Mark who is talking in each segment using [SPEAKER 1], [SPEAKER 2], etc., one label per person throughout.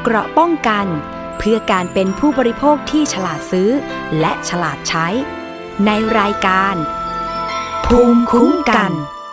[SPEAKER 1] เกราะป้องกันเพื่อการเป็นผู้บริโภคที่ฉลาดซื้อและฉลาดใช้ในรายการภูมิคุ้มกัน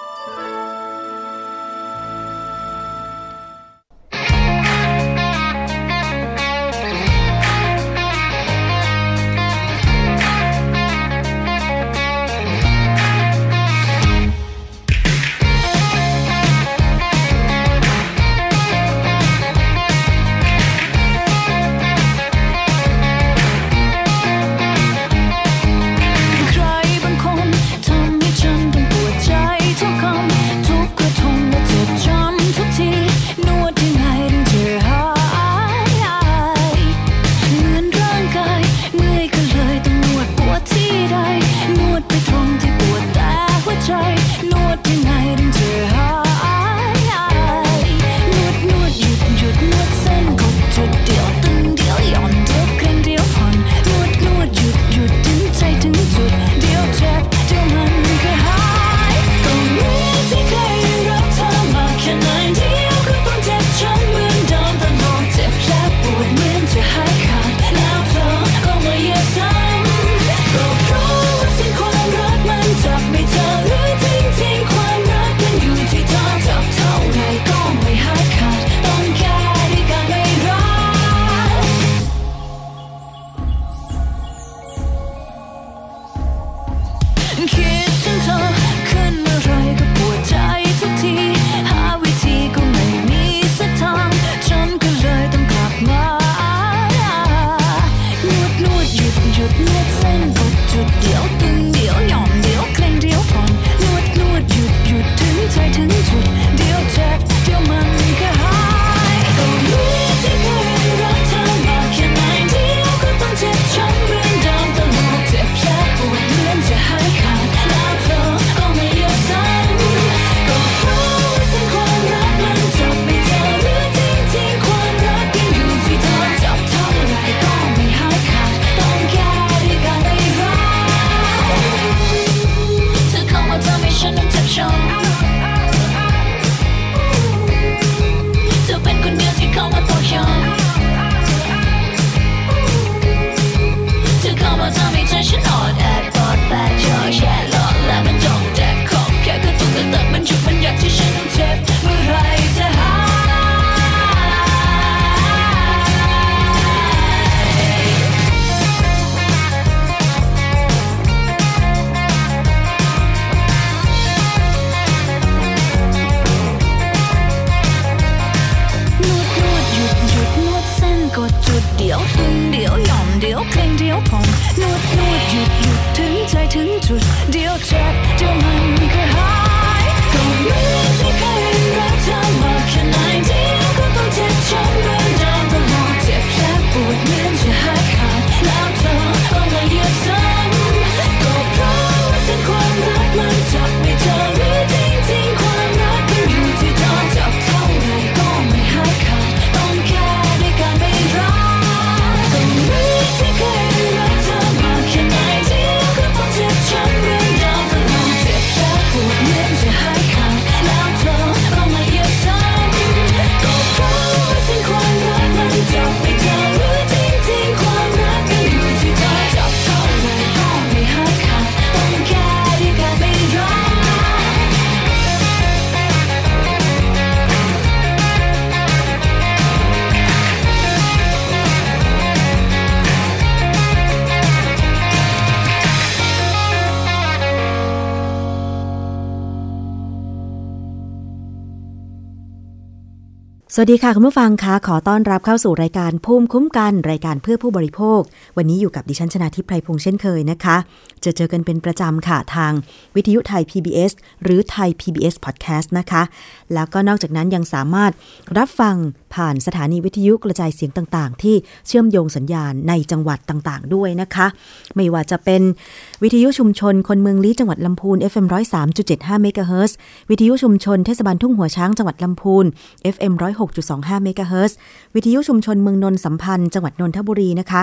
[SPEAKER 2] สวัสดีค่ะคุณผู้ฟังคะขอต้อนรับเข้าสู่รายการภูมิคุ้มกันรายการเพื่อผู้บริโภควันนี้อยู่กับดิฉันชนาธิป ไพรพงษ์เช่นเคยนะคะเจอกันเป็นประจำค่ะทางวิทยุไทย PBS หรือไทย PBS Podcast นะคะแล้วก็นอกจากนั้นยังสามารถรับฟังผ่านสถานีวิทยุกระจายเสียงต่างๆที่เชื่อมโยงสัญญาณในจังหวัดต่างๆด้วยนะคะไม่ว่าจะเป็นวิทยุชุมชนคนเมืองลี้จังหวัดลำพูน FM 103.75 เมกะเฮิรตซ์วิทยุชุมชนเทศบาลทุ่งหัวช้างจังหวัดลำพูน FM 106.25 เมกะเฮิรตซ์วิทยุชุมชนเมืองนนสัมพันธ์จังหวัดนนทบุรีนะคะ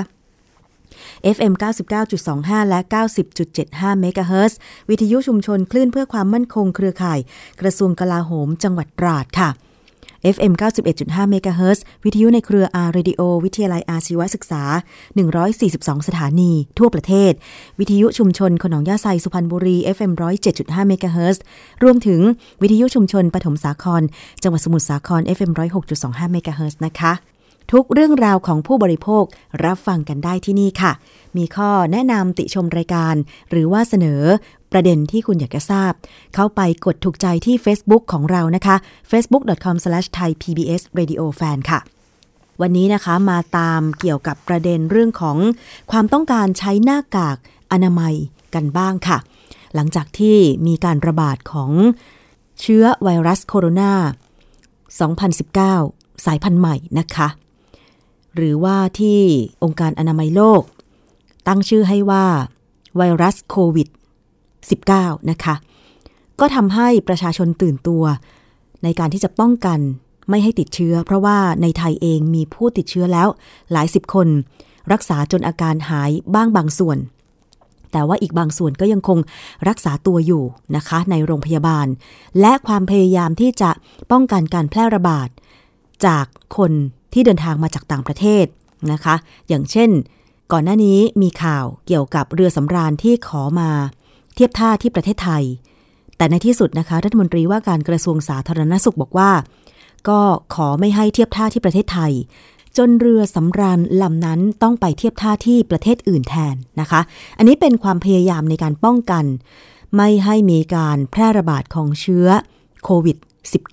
[SPEAKER 2] FM 99.25 และ 90.75 เมกะเฮิรตซ์วิทยุชุมชนคลื่นเพื่อความมั่นคงเครือข่ายกระทรวงกลาโหมจังหวัดตราดค่ะ FM 91.5 เมกะเฮิรตซ์วิทยุในเครือ R Radio วิทยาลัยอาชีวศึกษา142สถานีทั่วประเทศวิทยุชุมชนคนหนองย่าไซสุพรรณบุรี FM 107.5 เมกะเฮิรตซ์รวมถึงวิทยุชุมชนปฐมสาครจังหวัดสมุทรสาคร FM 106.25 เมกะเฮิรตซ์นะคะทุกเรื่องราวของผู้บริโภครับฟังกันได้ที่นี่ค่ะมีข้อแนะนำติชมรายการหรือว่าเสนอประเด็นที่คุณอยากจะทราบเข้าไปกดถูกใจที่ Facebook ของเรานะคะ facebook.com/thaipbsradiofan ค่ะวันนี้นะคะมาตามเกี่ยวกับประเด็นเรื่องของความต้องการใช้หน้ากากอนามัยกันบ้างค่ะหลังจากที่มีการระบาดของเชื้อไวรัสโคโรนา2019 สายพันธุ์ใหม่นะคะหรือว่าที่องค์การอนามัยโลกตั้งชื่อให้ว่าไวรัสโควิด19นะคะก็ทำให้ประชาชนตื่นตัวในการที่จะป้องกันไม่ให้ติดเชื้อเพราะว่าในไทยเองมีผู้ติดเชื้อแล้วหลายสิบคนรักษาจนอาการหายบ้างบางส่วนแต่ว่าอีกบางส่วนก็ยังคงรักษาตัวอยู่นะคะในโรงพยาบาลและความพยายามที่จะป้องกันการแพร่ระบาดจากคนที่เดินทางมาจากต่างประเทศนะคะอย่างเช่นก่อนหน้านี้มีข่าวเกี่ยวกับเรือสำราญที่ขอมาเทียบท่าที่ประเทศไทยแต่ในที่สุดนะคะรัฐมนตรีว่าการกระทรวงสาธารณสุขบอกว่าก็ขอไม่ให้เทียบท่าที่ประเทศไทยจนเรือสำราญลำนั้นต้องไปเทียบท่าที่ประเทศอื่นแทนนะคะอันนี้เป็นความพยายามในการป้องกันไม่ให้มีการแพร่ระบาดของเชื้อโควิด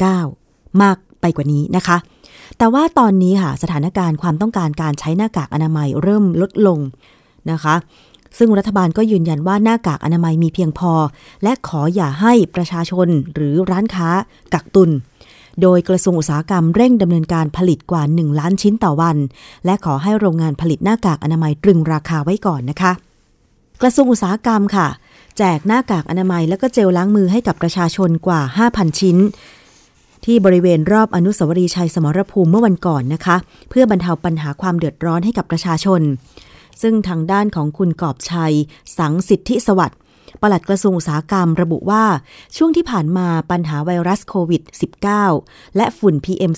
[SPEAKER 2] -19 มากไปกว่านี้นะคะแต่ว่าตอนนี้ค่ะสถานการณ์ความต้องการการใช้หน้ากากอนามัยเริ่มลดลงนะคะซึ่งรัฐบาลก็ยืนยันว่าหน้ากากอนามัยมีเพียงพอและขออย่าให้ประชาชนหรือร้านค้ากักตุนโดยกระทรวงอุตสาหกรรมเร่งดำเนินการผลิตกว่า1 ล้านชิ้นต่อวันและขอให้โรงงานผลิตหน้ากากอนามัยตรึงราคาไว้ก่อนนะคะกระทรวงอุตสาหกรรมค่ะแจกหน้ากากอนามัยและก็เจลล้างมือให้กับประชาชนกว่า 5,000 ชิ้นที่บริเวณรอบอนุสาวรีย์ชัยสมรภูมิเมื่อวันก่อนนะคะเพื่อบรรเทาปัญหาความเดือดร้อนให้กับประชาชนซึ่งทางด้านของคุณกอบชัยสังสิทธิสวัสดิ์ปลัดกระทรวงอุตสาหกรรมระบุว่าช่วงที่ผ่านมาปัญหาไวรัสโควิด -19 และฝุ่น PM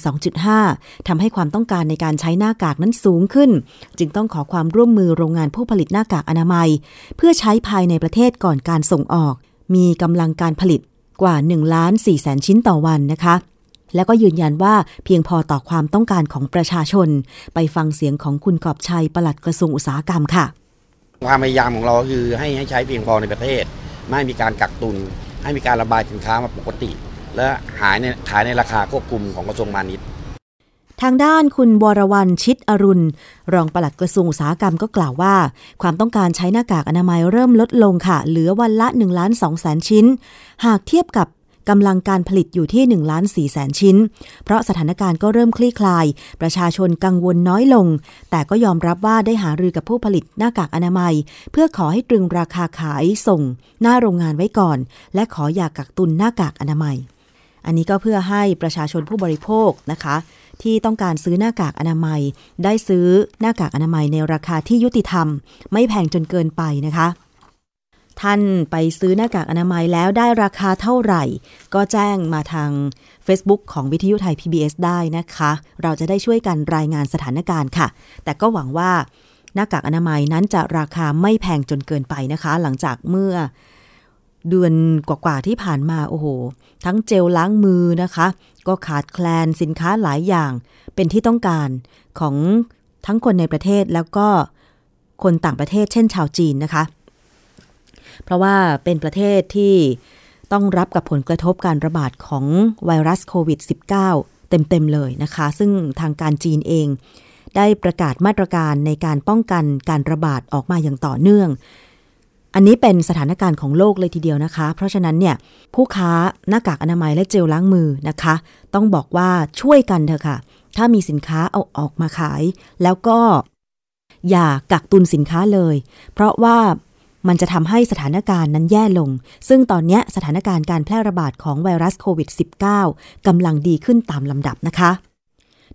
[SPEAKER 2] 2.5 ทำให้ความต้องการในการใช้หน้ากากนั้นสูงขึ้นจึงต้องขอความร่วมมือโรงงานผู้ผลิตหน้ากากอนามัยเพื่อใช้ภายในประเทศก่อนการส่งออกมีกำลังการผลิตกว่า 1,400,000 ชิ้นต่อวันนะคะแล้วก็ยืนยันว่าเพียงพอต่อความต้องการของประชาชนไปฟังเสียงของคุณกอบชัยปลัดกระทรวงอุตสาหกรรมค่ะ
[SPEAKER 3] ความพยายามของเราคือให้ใช้เพียงพอในประเทศไม่มีการกักตุนให้มีการระบายสินค้ามาปกติและขายในราคาควบคุมของกระทรวงพาณิชย์
[SPEAKER 2] ทางด้านคุณวรวรรณชิดอรุณรองปลัดกระทรวงอุตสาหกรรมก็กล่าวว่าความต้องการใช้หน้ากากอนามัยเริ่มลดลงค่ะเหลือวันละ 1,200,000 ชิ้นหากเทียบกับกำลังการผลิตอยู่ที่ 1,400,000 ชิ้นเพราะสถานการณ์ก็เริ่มคลี่คลายประชาชนกังวลน้อยลงแต่ก็ยอมรับว่าได้หารือกับผู้ผลิตหน้ากากอนามัยเพื่อขอให้ตรึงราคาขายส่งหน้าโรงงานไว้ก่อนและขออย่ากักตุนหน้ากากอนามัยอันนี้ก็เพื่อให้ประชาชนผู้บริโภคนะคะที่ต้องการซื้อหน้ากากอนามัยได้ซื้อหน้ากากอนามัยในราคาที่ยุติธรรมไม่แพงจนเกินไปนะคะท่านไปซื้อหน้ากากอนามัยแล้วได้ราคาเท่าไหร่ก็แจ้งมาทาง Facebook ของวิทยุไทย PBS ได้นะคะเราจะได้ช่วยกันรายงานสถานการณ์ค่ะแต่ก็หวังว่าหน้ากากอนามัยนั้นจะราคาไม่แพงจนเกินไปนะคะหลังจากเมื่อเดือนกว่าๆที่ผ่านมาโอ้โหทั้งเจลล้างมือนะคะก็ขาดแคลนสินค้าหลายอย่างเป็นที่ต้องการของทั้งคนในประเทศแล้วก็คนต่างประเทศเช่นชาวจีนนะคะเพราะว่าเป็นประเทศที่ต้องรับกับผลกระทบการระบาดของไวรัสโควิด -19 เต็มๆเลยนะคะซึ่งทางการจีนเองได้ประกาศมาตรการในการป้องกันการระบาดออกมาอย่างต่อเนื่องอันนี้เป็นสถานการณ์ของโลกเลยทีเดียวนะคะเพราะฉะนั้นเนี่ยผู้ค้าหน้ากากอนามัยและเจลล้างมือนะคะต้องบอกว่าช่วยกันเถอะค่ะถ้ามีสินค้าเอาออกมาขายแล้วก็อย่ากักตุนสินค้าเลยเพราะว่ามันจะทำให้สถานการณ์นั้นแย่ลงซึ่งตอนนี้สถานการณ์การแพร่ระบาดของไวรัสโควิด -19 กำลังดีขึ้นตามลำดับนะคะ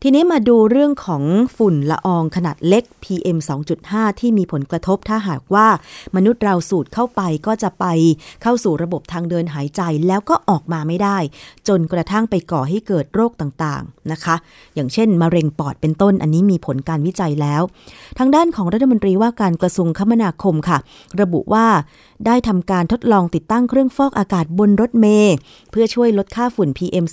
[SPEAKER 2] ทีนี้มาดูเรื่องของฝุ่นละอองขนาดเล็ก PM 2.5 ที่มีผลกระทบถ้าหากว่ามนุษย์เราสูดเข้าไปก็จะไปเข้าสู่ระบบทางเดินหายใจแล้วก็ออกมาไม่ได้จนกระทั่งไปก่อให้เกิดโรคต่างๆนะคะอย่างเช่นมะเร็งปอดเป็นต้นอันนี้มีผลการวิจัยแล้วทางด้านของรัฐมนตรีว่าการกระทรวงคมนาคมค่ะระบุว่าได้ทำการทดลองติดตั้งเครื่องฟอกอากาศบนรถเมล์เพื่อช่วยลดค่าฝุ่น PM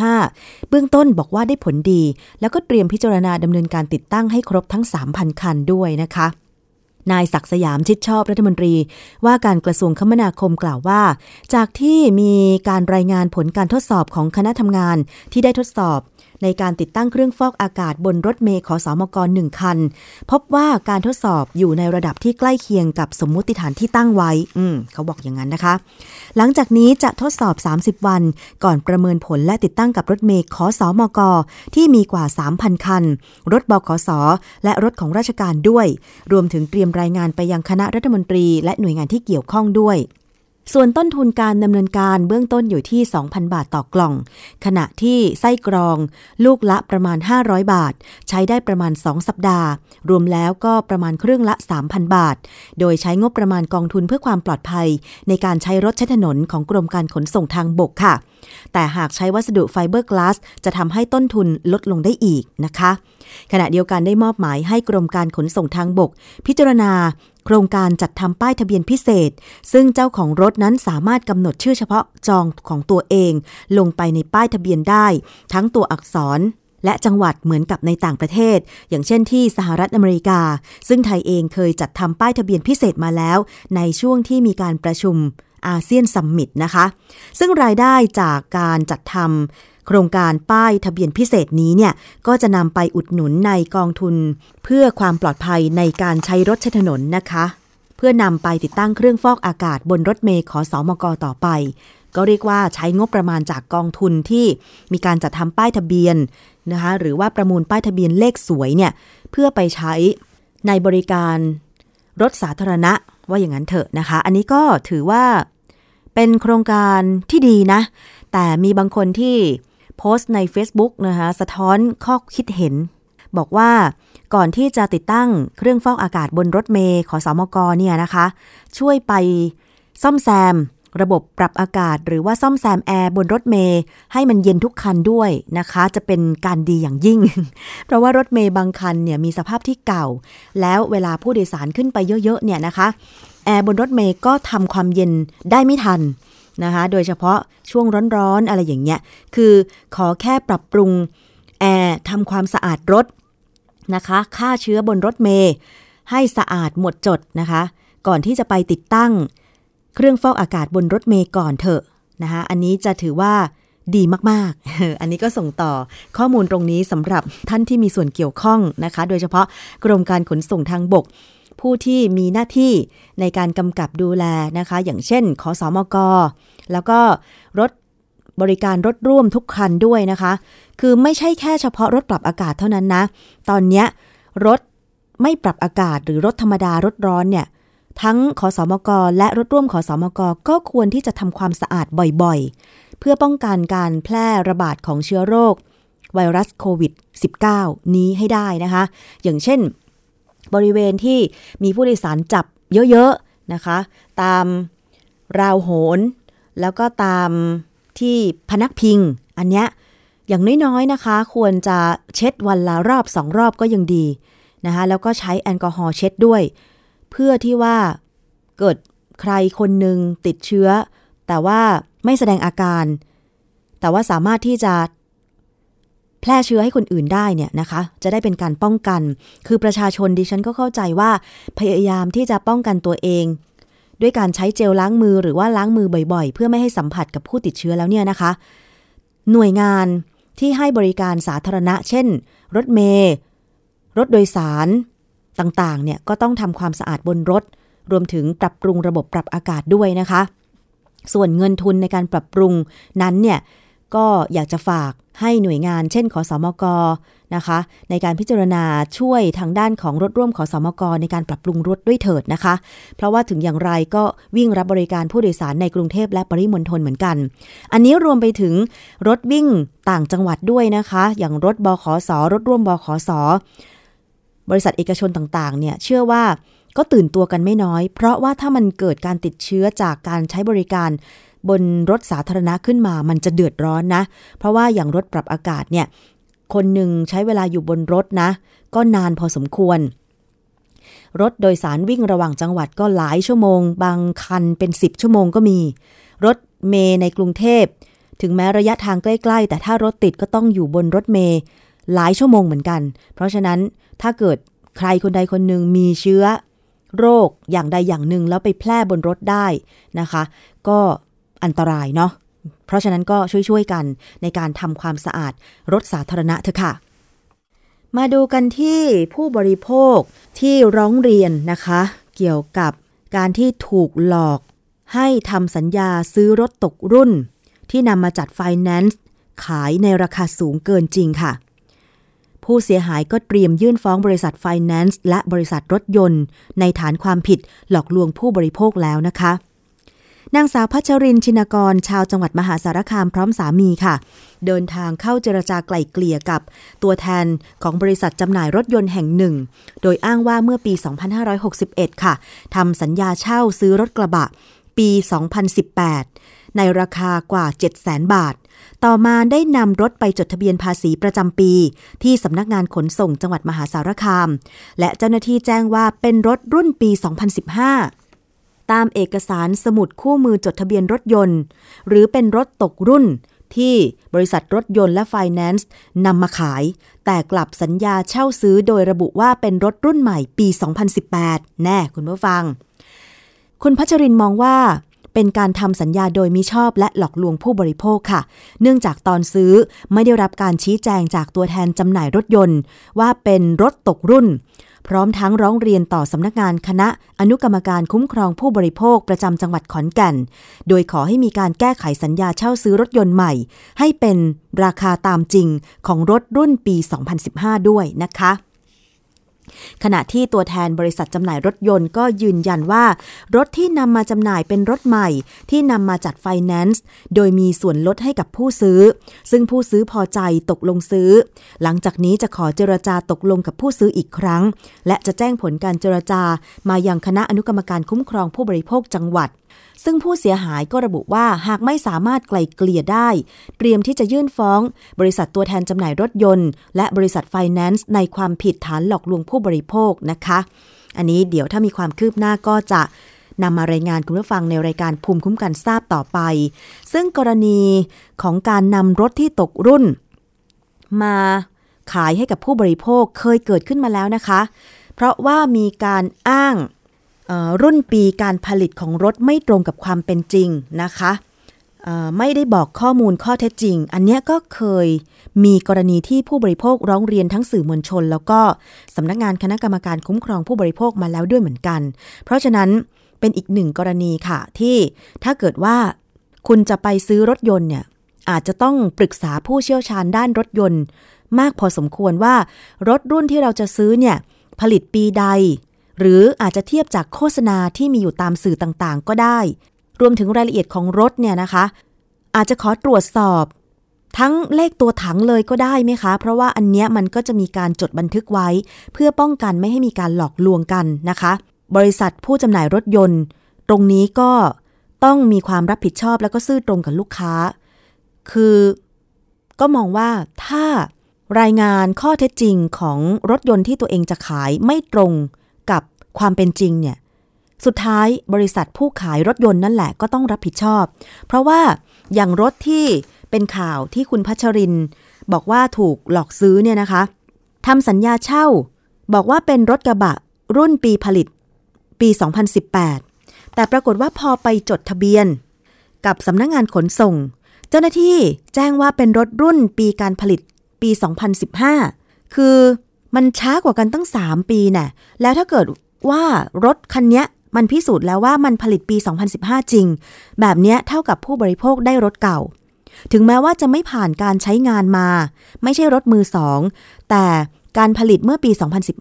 [SPEAKER 2] 2.5 เบื้องต้นบอกว่าได้ผลดีแล้วก็เตรียมพิจารณาดำเนินการติดตั้งให้ครบทั้ง 3,000 คันด้วยนะคะนายศักดิ์สยามชิดชอบรัฐมนตรีว่าการกระทรวงคมนาคมกล่าวว่าจากที่มีการรายงานผลการทดสอบของคณะทำงานที่ได้ทดสอบในการติดตั้งเครื่องฟอกอากาศบนรถเมล์ขสมก1 คันพบว่าการทดสอบอยู่ในระดับที่ใกล้เคียงกับสมมุติฐานที่ตั้งไว้เขาบอกอย่างนั้นนะคะหลังจากนี้จะทดสอบ30 วันก่อนประเมินผลและติดตั้งกับรถเมล์ขสมกที่มีกว่า 3,000 คันรถบขสและรถของราชการด้วยรวมถึงเตรียมรายงานไปยังคณะรัฐมนตรีและหน่วยงานที่เกี่ยวข้องด้วยส่วนต้นทุนการดำเนินการเบื้องต้นอยู่ที่ 2,000 บาทต่อกล่องขณะที่ไส้กรองลูกละประมาณ500 บาทใช้ได้ประมาณ2สัปดาห์รวมแล้วก็ประมาณเครื่องละ 3,000 บาทโดยใช้งบประมาณกองทุนเพื่อความปลอดภัยในการใช้รถใช้ถนนของกรมการขนส่งทางบกค่ะแต่หากใช้วัสดุไฟเบอร์กลาสจะทำให้ต้นทุนลดลงได้อีกนะคะขณะเดียวกันได้มอบหมายให้กรมการขนส่งทางบกพิจารณาโครงการจัดทำป้ายทะเบียนพิเศษซึ่งเจ้าของรถนั้นสามารถกำหนดชื่อเฉพาะจองของตัวเองลงไปในป้ายทะเบียนได้ทั้งตัวอักษรและจังหวัดเหมือนกับในต่างประเทศอย่างเช่นที่สหรัฐอเมริกาซึ่งไทยเองเคยจัดทำป้ายทะเบียนพิเศษมาแล้วในช่วงที่มีการประชุมอาเซียนซัมมิตนะคะซึ่งรายได้จากการจัดทำโครงการป้ายทะเบียนพิเศษนี้เนี่ยก็จะนำไปอุดหนุนในกองทุนเพื่อความปลอดภัยในการใช้รถใช้ถนนนะคะเพื่อนำไปติดตั้งเครื่องฟอกอากาศบนรถเมล์ขสมกต่อไปก็เรียกว่าใช้งบประมาณจากกองทุนที่มีการจัดทำป้ายทะเบียนนะคะหรือว่าประมูลป้ายทะเบียนเลขสวยเนี่ยเพื่อไปใช้ในบริการรถสาธารณะว่าอย่างนั้นเถอะนะคะอันนี้ก็ถือว่าเป็นโครงการที่ดีนะแต่มีบางคนที่โพสต์ใน Facebook นะคะสะท้อนข้อคิดเห็นบอกว่าก่อนที่จะติดตั้งเครื่องฟอกอากาศบนรถเมล์ขสมกเนี่ยนะคะช่วยไปซ่อมแซมระบบปรับอากาศหรือว่าซ่อมแซมแอร์บนรถเมล์ให้มันเย็นทุกคันด้วยนะคะจะเป็นการดีอย่างยิ่ง เพราะว่ารถเมล์บางคันเนี่ยมีสภาพที่เก่าแล้วเวลาผู้โดยสารขึ้นไปเยอะๆเนี่ยนะคะแอร์บนรถเมล์ก็ทำความเย็นได้ไม่ทันนะคะโดยเฉพาะช่วงร้อนๆอะไรอย่างเงี้ยคือขอแค่ปรับปรุงแอร์ทำความสะอาดรถนะคะฆ่าเชื้อบนรถเมล์ให้สะอาดหมดจดนะคะก่อนที่จะไปติดตั้งเครื่องฟอกอากาศบนรถเมล์ก่อนเถอะนะคะอันนี้จะถือว่าดีมากๆ อันนี้ก็ส่งต่อข้อมูลตรงนี้สำหรับท่านที่มีส่วนเกี่ยวข้องนะคะโดยเฉพาะกรมการขนส่งทางบกผู้ที่มีหน้าที่ในการกำกับดูแลนะคะอย่างเช่นขสมกแล้วก็รถบริการรถร่วมทุกคันด้วยนะคะคือไม่ใช่แค่เฉพาะรถปรับอากาศเท่านั้นนะตอนนี้รถไม่ปรับอากาศหรือรถธรรมดารถร้อนเนี่ยทั้งขสมกและรถร่วมขสมกก็ควรที่จะทำความสะอาดบ่อยๆเพื่อป้องกันการแพร่ระบาดของเชื้อโรคไวรัสโควิด -19 นี้ให้ได้นะคะอย่างเช่นบริเวณที่มีผู้โดยสารจับเยอะๆนะคะตามราวโหนแล้วก็ตามที่พนักพิงอันเนี้ยอย่างน้อยๆนะคะควรจะเช็ดวันละรอบ2รอบก็ยังดีนะคะแล้วก็ใช้แอลกอฮอล์เช็ดด้วยเพื่อที่ว่าเกิดใครคนหนึ่งติดเชื้อแต่ว่าไม่แสดงอาการแต่ว่าสามารถที่จะแพร่เชื้อให้คนอื่นได้เนี่ยนะคะจะได้เป็นการป้องกันคือประชาชนดิฉันก็เข้าใจว่าพยายามที่จะป้องกันตัวเองด้วยการใช้เจลล้างมือหรือว่าล้างมือบ่อยๆเพื่อไม่ให้สัมผัสกับผู้ติดเชื้อแล้วเนี่ยนะคะหน่วยงานที่ให้บริการสาธารณะเช่นรถเมล์รถโดยสารต่างๆเนี่ยก็ต้องทำความสะอาดบนรถรวมถึงปรับปรุงระบบปรับอากาศด้วยนะคะส่วนเงินทุนในการปรับปรุงนั้นเนี่ยก็อยากจะฝากให้หน่วยงานเช่นขสมกนะคะในการพิจารณาช่วยทางด้านของรถร่วมขสมกในการปรับปรุงรถด้วยเถิดนะคะเพราะว่าถึงอย่างไรก็วิ่งรับบริการผู้โดยสารในกรุงเทพและปริมณฑลเหมือนกันอันนี้รวมไปถึงรถวิ่งต่างจังหวัดด้วยนะคะอย่างรถบขส.รถร่วมบขส.บริษัทเอกชนต่างๆเนี่ยเชื่อว่าก็ตื่นตัวกันไม่น้อยเพราะว่าถ้ามันเกิดการติดเชื้อจากการใช้บริการบนรถสาธารณะขึ้นมามันจะเดือดร้อนนะเพราะว่าอย่างรถปรับอากาศเนี่ยคนหนึ่งใช้เวลาอยู่บนรถนะก็นานพอสมควรรถโดยสารวิ่งระหว่างจังหวัดก็หลายชั่วโมงบางคันเป็น10ชั่วโมงก็มีรถเมล์ในกรุงเทพถึงแม้ระยะทางใกล้ๆแต่ถ้ารถติดก็ต้องอยู่บนรถเมล์หลายชั่วโมงเหมือนกันเพราะฉะนั้นถ้าเกิดใครคนใดคนหนึ่งมีเชื้อโรคอย่างใดอย่างหนึ่งแล้วไปแพร่บนรถได้นะคะก็อันตรายเนาะเพราะฉะนั้นก็ช่วยๆกันในการทำความสะอาดรถสาธารณะเถอะค่ะมาดูกันที่ผู้บริโภคที่ร้องเรียนนะคะเกี่ยวกับการที่ถูกหลอกให้ทำสัญญาซื้อรถตกรุ่นที่นำมาจัดไฟแนนซ์ขายในราคาสูงเกินจริงค่ะผู้เสียหายก็เตรียมยื่นฟ้องบริษัทไฟแนนซ์และบริษัทรถยนต์ในฐานความผิดหลอกลวงผู้บริโภคแล้วนะคะนางสาวพัชรินทร์ชินกรชาวจังหวัดมหาสารคามพร้อมสามีค่ะเดินทางเข้าเจรจาไกล่เกลี่ยกับตัวแทนของบริษัทจำหน่ายรถยนต์แห่งหนึ่งโดยอ้างว่าเมื่อปี 2561 ค่ะทำสัญญาเช่าซื้อรถกระบะปี 2018 ในราคากว่า 700,000 บาทต่อมาได้นำรถไปจดทะเบียนภาษีประจำปีที่สำนักงานขนส่งจังหวัดมหาสารคามและเจ้าหน้าที่แจ้งว่าเป็นรถรุ่นปี 2015ตามเอกสารสมุดคู่มือจดทะเบียนรถยนต์หรือเป็นรถตกรุ่นที่บริษัทรถยนต์และไฟแนนซ์นำมาขายแต่กลับสัญญาเช่าซื้อโดยระบุว่าเป็นรถรุ่นใหม่ปี 2018 แน่คุณผู้ฟังคุณพัชรินมองว่าเป็นการทำสัญญาโดยมิชอบและหลอกลวงผู้บริโภคค่ะเนื่องจากตอนซื้อไม่ได้รับการชี้แจงจากตัวแทนจำหน่ายรถยนต์ว่าเป็นรถตกรุ่นพร้อมทั้งร้องเรียนต่อสำนักงานคณะอนุกรรมการคุ้มครองผู้บริโภคประจำจังหวัดขอนแก่นโดยขอให้มีการแก้ไขสัญญาเช่าซื้อรถยนต์ใหม่ให้เป็นราคาตามจริงของรถรุ่นปี 2015 ด้วยนะคะขณะที่ตัวแทนบริษัทจำหน่ายรถยนต์ก็ยืนยันว่ารถที่นำมาจำหน่ายเป็นรถใหม่ที่นำมาจัดไฟแนนซ์โดยมีส่วนลดให้กับผู้ซื้อซึ่งผู้ซื้อพอใจตกลงซื้อหลังจากนี้จะขอเจรจาตกลงกับผู้ซื้ออีกครั้งและจะแจ้งผลการเจรจามายังคณะอนุกรรมการคุ้มครองผู้บริโภคจังหวัดซึ่งผู้เสียหายก็ระบุว่าหากไม่สามารถไกล่เกลี่ยได้เตรียมที่จะยื่นฟ้องบริษัทตัวแทนจำหน่ายรถยนต์และบริษัทไฟแนนซ์ในความผิดฐานหลอกลวงผู้บริโภคนะคะอันนี้เดี๋ยวถ้ามีความคืบหน้าก็จะนำมารายงานคุณผู้ฟังในรายการภูมิคุ้มกันทราบต่อไปซึ่งกรณีของการนำรถที่ตกรุ่นมาขายให้กับผู้บริโภคเคยเกิดขึ้นมาแล้วนะคะเพราะว่ามีการอ้างรุ่นปีการผลิตของรถไม่ตรงกับความเป็นจริงนะคะไม่ได้บอกข้อมูลข้อเท็จจริงอันนี้ก็เคยมีกรณีที่ผู้บริโภคร้องเรียนทั้งสื่อมวลชนแล้วก็สำนักงานคณะกรรมการคุ้มครองผู้บริโภคมาแล้วด้วยเหมือนกันเพราะฉะนั้นเป็นอีกหนึ่งกรณีค่ะที่ถ้าเกิดว่าคุณจะไปซื้อรถยนต์เนี่ยอาจจะต้องปรึกษาผู้เชี่ยวชาญด้านรถยนต์มากพอสมควรว่ารถรุ่นที่เราจะซื้อเนี่ยผลิตปีใดหรืออาจจะเทียบจากโฆษณาที่มีอยู่ตามสื่อต่างๆก็ได้รวมถึงรายละเอียดของรถเนี่ยนะคะอาจจะขอตรวจสอบทั้งเลขตัวถังเลยก็ได้ไหมคะเพราะว่าอันเนี้ยมันก็จะมีการจดบันทึกไว้เพื่อป้องกันไม่ให้มีการหลอกลวงกันนะคะบริษัทผู้จำหน่ายรถยนต์ตรงนี้ก็ต้องมีความรับผิดชอบแล้วก็ซื่อตรงกับลูกค้าคือก็มองว่าถ้ารายงานข้อเท็จจริงของรถยนต์ที่ตัวเองจะขายไม่ตรงกับความเป็นจริงเนี่ยสุดท้ายบริษัทผู้ขายรถยนต์นั่นแหละก็ต้องรับผิดชอบเพราะว่าอย่างรถที่เป็นข่าวที่คุณพัชรินบอกว่าถูกหลอกซื้อเนี่ยนะคะทำสัญญาเช่าบอกว่าเป็นรถกระบะรุ่นปีผลิตปี 2018 แต่ปรากฏว่าพอไปจดทะเบียนกับสำนักงานขนส่งเจ้าหน้าที่แจ้งว่าเป็นรถรุ่นปีการผลิตปี 2015 คือมันช้ากว่ากันตั้ง3 ปีน่ะแล้วถ้าเกิดว่ารถคันนี้มันพิสูจน์แล้วว่ามันผลิตปี 2015 จริงแบบนี้เท่ากับผู้บริโภคได้รถเก่าถึงแม้ว่าจะไม่ผ่านการใช้งานมาไม่ใช่รถมือสองแต่การผลิตเมื่อปี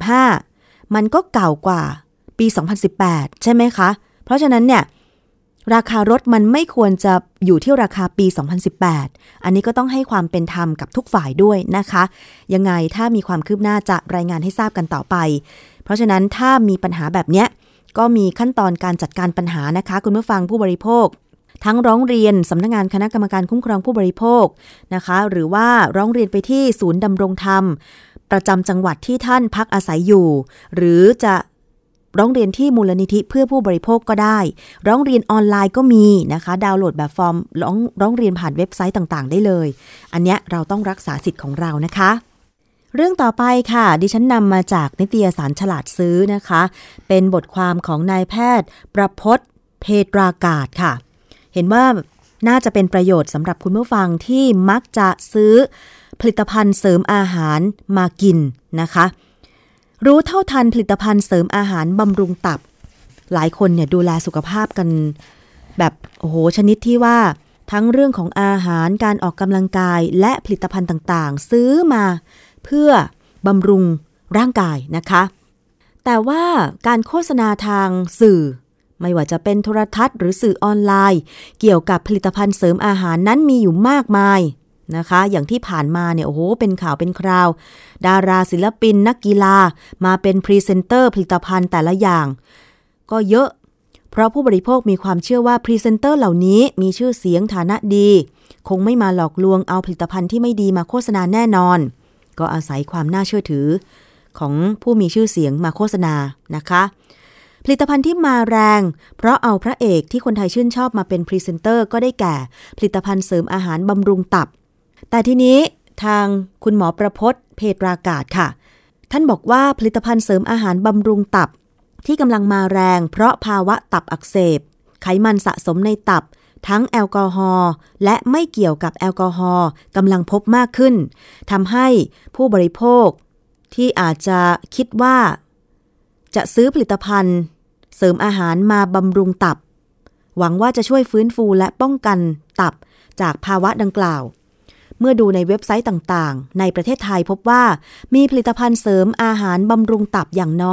[SPEAKER 2] 2015 มันก็เก่ากว่าปี 2018 ใช่ไหมคะเพราะฉะนั้นเนี่ยราคารถมันไม่ควรจะอยู่ที่ราคาปี 2018 อันนี้ก็ต้องให้ความเป็นธรรมกับทุกฝ่ายด้วยนะคะยังไงถ้ามีความคืบหน้าจะรายงานให้ทราบกันต่อไปเพราะฉะนั้นถ้ามีปัญหาแบบเนี้ยก็มีขั้นตอนการจัดการปัญหานะคะคุณผู้ฟังผู้บริโภคทั้งร้องเรียนสำนักงานคณะกรรมการคุ้มครองผู้บริโภคนะคะหรือว่าร้องเรียนไปที่ศูนย์ดำรงธรรมประจำจังหวัดที่ท่านพักอาศัยอยู่หรือจะร้องเรียนที่มูลนิธิเพื่อผู้บริโภคก็ได้ร้องเรียนออนไลน์ก็มีนะคะดาวน์โหลดแบบฟอร์มร้องเรียนผ่านเว็บไซต์ต่างๆได้เลยอันเนี้ยเราต้องรักษาสิทธิ์ของเรานะคะเรื่องต่อไปค่ะดิฉันนำมาจากนิตยสารฉลาดซื้อนะคะเป็นบทความของนายแพทย์ประพจน์เพตรากาศค่ะเห็นว่าน่าจะเป็นประโยชน์สำหรับคุณผู้ฟังที่มักจะซื้อผลิตภัณฑ์เสริมอาหารมากินนะคะรู้เท่าทันผลิตภัณฑ์เสริมอาหารบำรุงตับหลายคนเนี่ยดูแลสุขภาพกันแบบโอ้โหชนิดที่ว่าทั้งเรื่องของอาหารการออกกำลังกายและผลิตภัณฑ์ต่างๆซื้อมาเพื่อบำรุงร่างกายนะคะแต่ว่าการโฆษณาทางสื่อไม่ว่าจะเป็นโทรทัศน์หรือสื่อออนไลน์เกี่ยวกับผลิตภัณฑ์เสริมอาหารนั้นมีอยู่มากมายนะคะอย่างที่ผ่านมาเนี่ยโอ้โหเป็นข่าวเป็นคราวดาราศิลปินนักกีฬามาเป็นพรีเซนเตอร์ผลิตภัณฑ์แต่ละอย่างก็เยอะเพราะผู้บริโภคมีความเชื่อว่าพรีเซนเตอร์เหล่านี้มีชื่อเสียงฐานะดีคงไม่มาหลอกลวงเอาผลิตภัณฑ์ที่ไม่ดีมาโฆษณาแน่นอนก็อาศัยความน่าเชื่อถือของผู้มีชื่อเสียงมาโฆษณานะคะผลิตภัณฑ์ที่มาแรงเพราะเอาพระเอกที่คนไทยชื่นชอบมาเป็นพรีเซนเตอร์ก็ได้แก่ผลิตภัณฑ์เสริมอาหารบำรุงตับแต่ทีนี้ทางคุณหมอประพจน์เพตรากาศค่ะท่านบอกว่าผลิตภัณฑ์เสริมอาหารบำรุงตับที่กำลังมาแรงเพราะภาวะตับอักเสบไขมันสะสมในตับทั้งแอลกอฮอล์และไม่เกี่ยวกับแอลกอฮอล์กำลังพบมากขึ้นทำให้ผู้บริโภคที่อาจจะคิดว่าจะซื้อผลิตภัณฑ์เสริมอาหารมาบำรุงตับหวังว่าจะช่วยฟื้นฟูและป้องกันตับจากภาวะดังกล่าวเมื่อดูในเว็บไซต์ต่างๆในประเทศไทยพบว่ามีผลิตภัณฑ์เสริมอาหารบำรุงตับอย่างน้อย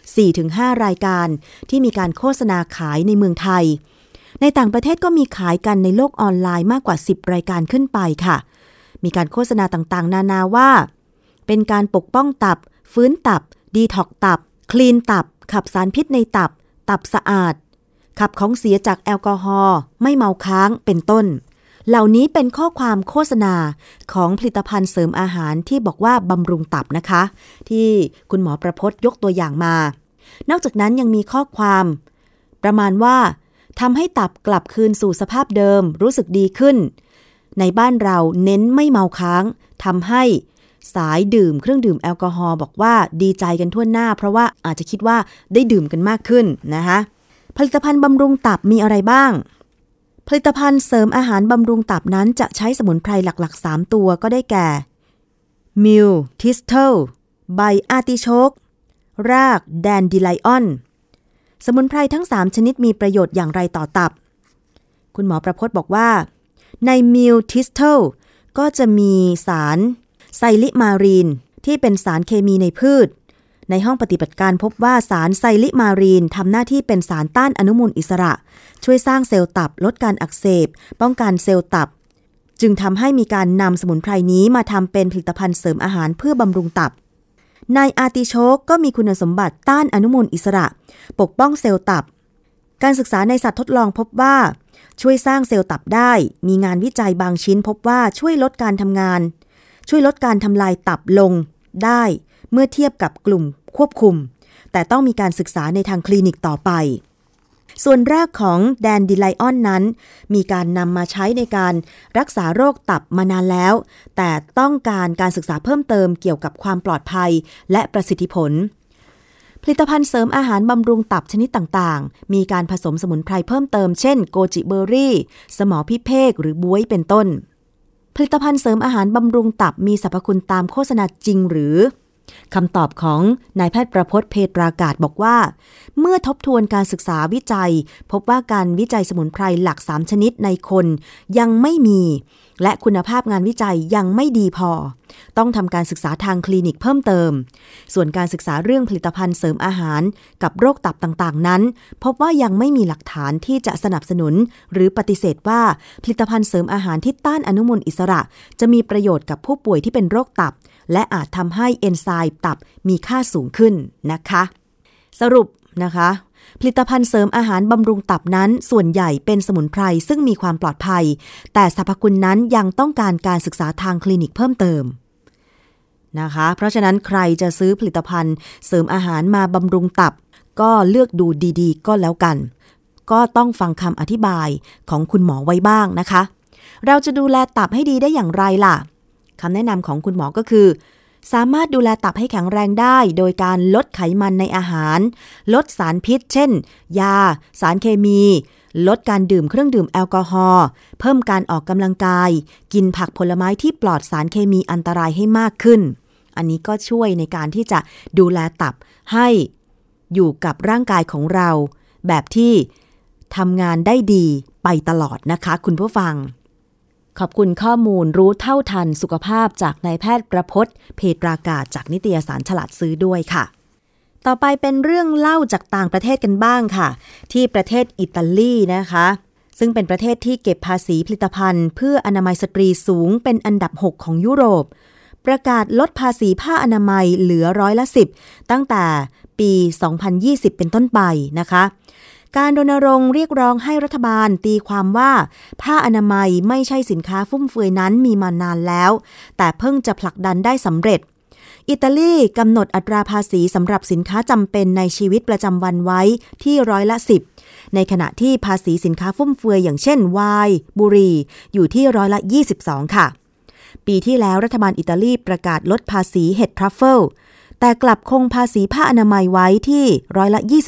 [SPEAKER 2] 4-5 รายการที่มีการโฆษณาขายในเมืองไทยในต่างประเทศก็มีขายกันในโลกออนไลน์มากกว่า10รายการขึ้นไปค่ะมีการโฆษณาต่างๆนานาว่าเป็นการปกป้องตับฟื้นตับดีท็อกตับคลีนตับขับสารพิษในตับตับสะอาดขับของเสียจากแอลกอฮอล์ไม่เมาค้างเป็นต้นเหล่านี้เป็นข้อความโฆษณาของผลิตภัณฑ์เสริมอาหารที่บอกว่าบำรุงตับนะคะที่คุณหมอประพจน์ยกตัวอย่างมานอกจากนั้นยังมีข้อความประมาณว่าทำให้ตับกลับคืนสู่สภาพเดิมรู้สึกดีขึ้นในบ้านเราเน้นไม่เมาค้างทำให้สายดื่มเครื่องดื่มแอลกอฮอล์บอกว่าดีใจกันทั่วหน้าเพราะว่าอาจจะคิดว่าได้ดื่มกันมากขึ้นนะคะผลิตภัณฑ์บำรุงตับมีอะไรบ้างผลิตภัณฑ์เสริมอาหารบำรุงตับนั้นจะใช้สมุนไพรหลักๆ3ตัวก็ได้แก่มิลทิสเทิลใบอาร์ติโชกรากแดนดิไลออนสมุนไพรทั้ง3ชนิดมีประโยชน์อย่างไรต่อตับคุณหมอประพจน์บอกว่าในมิลทิสเทิลก็จะมีสารไซลิมารีนที่เป็นสารเคมีในพืชในห้องปฏิบัติการพบว่าสารไซลิมารีนทำหน้าที่เป็นสารต้านอนุมูลอิสระช่วยสร้างเซลล์ตับลดการอักเสบป้องกันเซลล์ตับจึงทำให้มีการนำสมุนไพรนี้มาทำเป็นผลิตภัณฑ์เสริมอาหารเพื่อบำรุงตับในอาร์ติโชกก็มีคุณสมบัติต้านอนุมูลอิสระปกป้องเซลล์ตับการศึกษาในสัตว์ทดลองพบว่าช่วยสร้างเซลล์ตับได้มีงานวิจัยบางชิ้นพบว่าช่วยลดการทำงานช่วยลดการทำลายตับลงได้เมื่อเทียบกับกลุ่มควบคุมแต่ต้องมีการศึกษาในทางคลินิกต่อไปส่วนรากของแดนดิไลออนนั้นมีการนำมาใช้ในการรักษาโรคตับมานานแล้วแต่ต้องการศึกษาเพิ่มเติมเกี่ยวกับความปลอดภัยและประสิทธิผลผลิตภัณฑ์เสริมอาหารบำรุงตับชนิดต่างๆมีการผสมสมุนไพรเพิ่มเติมเช่นโกจิเบอร์รี่สมอพิเภกหรือบ๊วยเป็นต้นผลิตภัณฑ์เสริมอาหารบำรุงตับมีสรรพคุณตามโฆษณาจริงหรือคำตอบของนายแพทย์ประพจน์เพตรากาศบอกว่าเมื่อทบทวนการศึกษาวิจัยพบว่าการวิจัยสมุนไพรหลัก3ชนิดในคนยังไม่มีและคุณภาพงานวิจัยยังไม่ดีพอต้องทำการศึกษาทางคลินิกเพิ่มเติมส่วนการศึกษาเรื่องผลิตภัณฑ์เสริมอาหารกับโรคตับต่างๆนั้นพบว่ายังไม่มีหลักฐานที่จะสนับสนุนหรือปฏิเสธว่าผลิตภัณฑ์เสริมอาหารที่ต้านอนุมูลอิสระจะมีประโยชน์กับผู้ป่วยที่เป็นโรคตับและอาจทำให้เอนไซม์ตับมีค่าสูงขึ้นนะคะสรุปนะคะผลิตภัณฑ์เสริมอาหารบำรุงตับนั้นส่วนใหญ่เป็นสมุนไพรซึ่งมีความปลอดภัยแต่สรรพคุณนั้นยังต้องการการศึกษาทางคลินิกเพิ่มเติมนะคะเพราะฉะนั้นใครจะซื้อผลิตภัณฑ์เสริมอาหารมาบำรุงตับก็เลือกดูดีๆก็แล้วกันก็ต้องฟังคำอธิบายของคุณหมอไว้บ้างนะคะเราจะดูแลตับให้ดีได้อย่างไรล่ะคำแนะนำของคุณหมอก็คือสามารถดูแลตับให้แข็งแรงได้โดยการลดไขมันในอาหารลดสารพิษเช่นยาสารเคมีลดการดื่มเครื่องดื่มแอลกอฮอล์เพิ่มการออกกำลังกายกินผักผลไม้ที่ปลอดสารเคมีอันตรายให้มากขึ้นอันนี้ก็ช่วยในการที่จะดูแลตับให้อยู่กับร่างกายของเราแบบที่ทำงานได้ดีไปตลอดนะคะคุณผู้ฟังขอบคุณข้อมูลรู้เท่าทันสุขภาพจากนายแพทย์ประพจน์เพตรากาศจากนิตยสารฉลาดซื้อด้วยค่ะต่อไปเป็นเรื่องเล่าจากต่างประเทศกันบ้างค่ะที่ประเทศอิตาลีนะคะซึ่งเป็นประเทศที่เก็บภาษีผลิตภัณฑ์เพื่ออนามัยสตรีสูงเป็นอันดับ6ของยุโรปประกาศลดภาษีผ้าอนามัยเหลือ10%ตั้งแต่ปี 2020 เป็นต้นไปนะคะการรณรงค์เรียกร้องให้รัฐบาลตีความว่าผ้าอนามัยไม่ใช่สินค้าฟุ่มเฟือยนั้นมีมานานแล้วแต่เพิ่งจะผลักดันได้สำเร็จอิตาลีกำหนดอัตราภาษีสำหรับสินค้าจำเป็นในชีวิตประจำวันไว้ที่10%ในขณะที่ภาษีสินค้าฟุ่มเฟือยอย่างเช่นไวน์บุหรี่อยู่ที่22%ค่ะปีที่แล้วรัฐบาลอิตาลีประกาศลดภาษีเห็ดทรัฟเฟิลแต่กลับคงภาษีผ้าอนามัยไว้ที่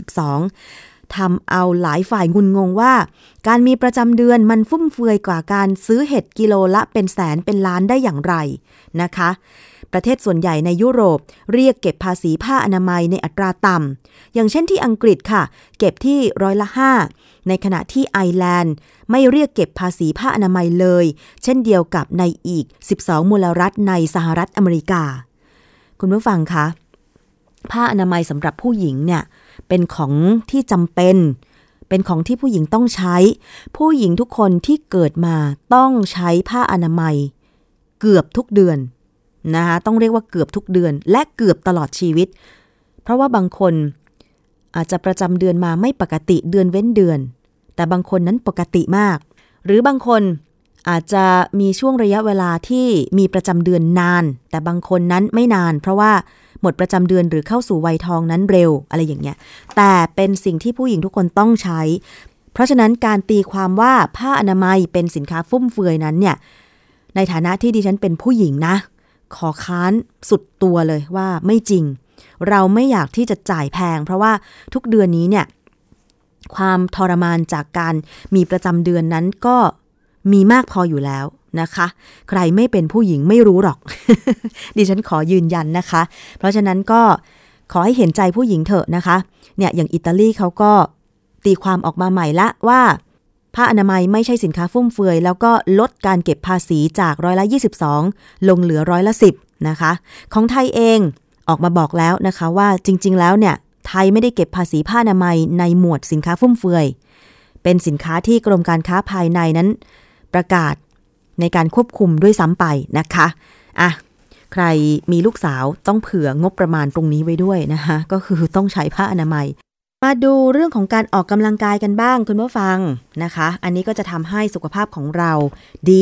[SPEAKER 2] 22%ทำเอาหลายฝ่ายงุนงงว่าการมีประจำเดือนมันฟุ่มเฟือยกว่าการซื้อเห็ดกิโลละเป็นแสนเป็นล้านได้อย่างไรนะคะประเทศส่วนใหญ่ในยุโรปเรียกเก็บภาษีผ้าอนามัยในอัตราต่ำอย่างเช่นที่อังกฤษค่ะเก็บที่5%ในขณะที่ไอร์แลนด์ไม่เรียกเก็บภาษีผ้าอนามัยเลยเช่นเดียวกับในอีก12มลรัฐในสหรัฐอเมริกาคุณผู้ฟังคะผ้าอนามัยสำหรับผู้หญิงเนี่ยเป็นของที่จำเป็นของที่ผู้หญิงต้องใช้ผู้หญิงทุกคนที่เกิดมาต้องใช้ผ้าอนามัยเกือบทุกเดือนนะคะต้องเรียกว่าเกือบทุกเดือนและเกือบตลอดชีวิตเพราะว่าบางคนอาจจะประจำเดือนมาไม่ปกติเดือนเว้นเดือนแต่บางคนนั้นปกติมากหรือบางคนอาจจะมีช่วงระยะเวลาที่มีประจำเดือนนานแต่บางคนนั้นไม่นานเพราะว่าหมดประจำเดือนหรือเข้าสู่วัยทองนั้นเร็วอะไรอย่างเงี้ยแต่เป็นสิ่งที่ผู้หญิงทุกคนต้องใช้เพราะฉะนั้นการตีความว่าผ้าอนามัยเป็นสินค้าฟุ่มเฟือยนั้นเนี่ยในฐานะที่ดิฉันเป็นผู้หญิงนะขอค้านสุดตัวเลยว่าไม่จริงเราไม่อยากที่จะจ่ายแพงเพราะว่าทุกเดือนนี้เนี่ยความทรมานจากการมีประจำเดือนนั้นก็มีมากพออยู่แล้วนะคะใครไม่เป็นผู้หญิงไม่รู้หรอก ดิฉันขอยืนยันนะคะเพราะฉะนั้นก็ขอให้เห็นใจผู้หญิงเถอะนะคะเนี่ยอย่างอิตาลีเขาก็ตีความออกมาใหม่ละว่าผ้าอนามัยไม่ใช่สินค้าฟุ่มเฟือยแล้วก็ลดการเก็บภาษีจาก22%ลงเหลือ10%นะคะของไทยเองออกมาบอกแล้วนะคะว่าจริงๆแล้วเนี่ยไทยไม่ได้เก็บภาษีผ้าอนามัยในหมวดสินค้าฟุ่มเฟือยเป็นสินค้าที่กรมการค้าภายในนั้นประกาศในการควบคุมด้วยซ้ำไปนะคะใครมีลูกสาวต้องเผื่องบประมาณตรงนี้ไว้ด้วยนะคะก็คือต้องใช้ผ้าอนามัยมาดูเรื่องของการออกกำลังกายกันบ้างคุณผู้ฟังนะคะอันนี้ก็จะทำให้สุขภาพของเราดี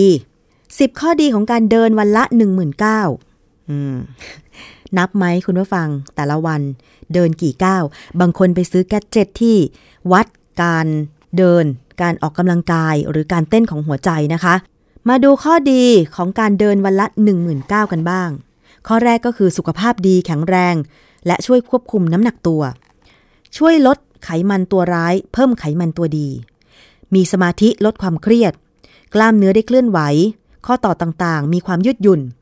[SPEAKER 2] 10ข้อดีของการเดินวันละ 19,000 นับไหมคุณผู้ฟังแต่ละวันเดินกี่ก้าวบางคนไปซื้อแกดเจ็ตที่วัดการเดินการออกกำลังกายหรือการเต้นของหัวใจนะคะมาดูข้อดีของการเดินวันละ 19,000 กันบ้างข้อแรกก็คือสุขภาพดีแข็งแรงและช่วยควบคุมน้ำหนักตัวช่วยลดไขมันตัวร้ายเพิ่มไขมันตัวดีมีสมาธิลดความเครียดกล้ามเนื้อได้เคลื่อนไหวข้อต่อต่างๆมีความยืดหยุ่น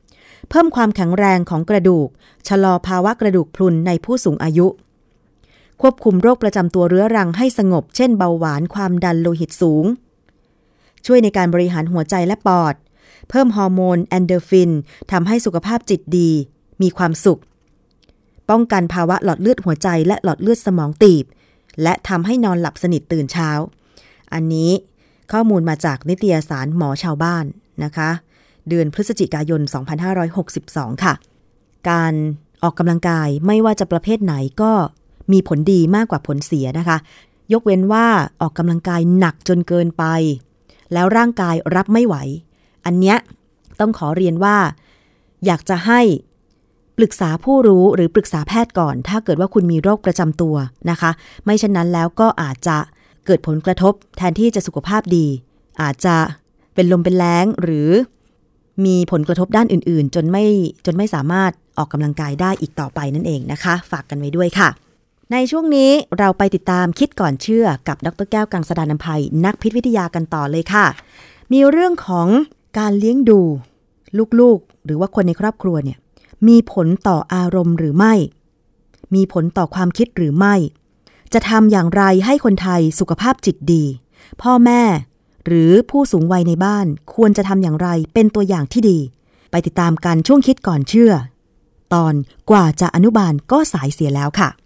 [SPEAKER 2] เพิ่มความแข็งแรงของกระดูกชะลอภาวะกระดูกพรุนในผู้สูงอายุควบคุมโรคประจำตัวเรื้อรังให้สงบเช่นเบาหวานความดันโลหิตสูงช่วยในการบริหารหัวใจและปอดเพิ่มฮอร์โมนแอนโดรฟินทำให้สุขภาพจิตดีมีความสุขป้องกันภาวะหลอดเลือดหัวใจและหลอดเลือดสมองตีบและทำให้นอนหลับสนิทตื่นเช้าอันนี้ข้อมูลมาจากนิตยสารหมอชาวบ้านนะคะเดือนพฤศจิกายน 2562 ค่ะการออกกำลังกายไม่ว่าจะประเภทไหนก็มีผลดีมากกว่าผลเสียนะคะยกเว้นว่าออกกำลังกายหนักจนเกินไปแล้วร่างกายรับไม่ไหวอันเนี้ยต้องขอเรียนว่าอยากจะให้ปรึกษาผู้รู้หรือปรึกษาแพทย์ก่อนถ้าเกิดว่าคุณมีโรคประจำตัวนะคะไม่เช่นนั้นแล้วก็อาจจะเกิดผลกระทบแทนที่จะสุขภาพดีอาจจะเป็นลมเป็นแล้งหรือมีผลกระทบด้านอื่นๆจนไม่สามารถออกกำลังกายได้อีกต่อไปนั่นเองนะคะฝากกันไว้ด้วยค่ะในช่วงนี้เราไปติดตามคิดก่อนเชื่อกับดร.แก้วกังสดาลอำไพนักพิษวิทยากันต่อเลยค่ะมีเรื่องของการเลี้ยงดูลูกๆหรือว่าคนในครอบครัวเนี่ยมีผลต่ออารมณ์หรือไม่มีผลต่อความคิดหรือไม่จะทำอย่างไรให้คนไทยสุขภาพจิตดีพ่อแม่หรือผู้สูงวัยในบ้านควรจะทำอย่างไรเป็นตัวอย่างที่ดีไปติดตามกันช่วงคิดก่อนเชื่อตอนกว่าจะอนุบาลก็สายเสียแล้วค่ะ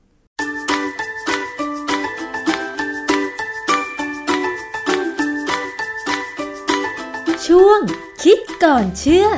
[SPEAKER 4] ช่วงคิดก่อนเชื่อ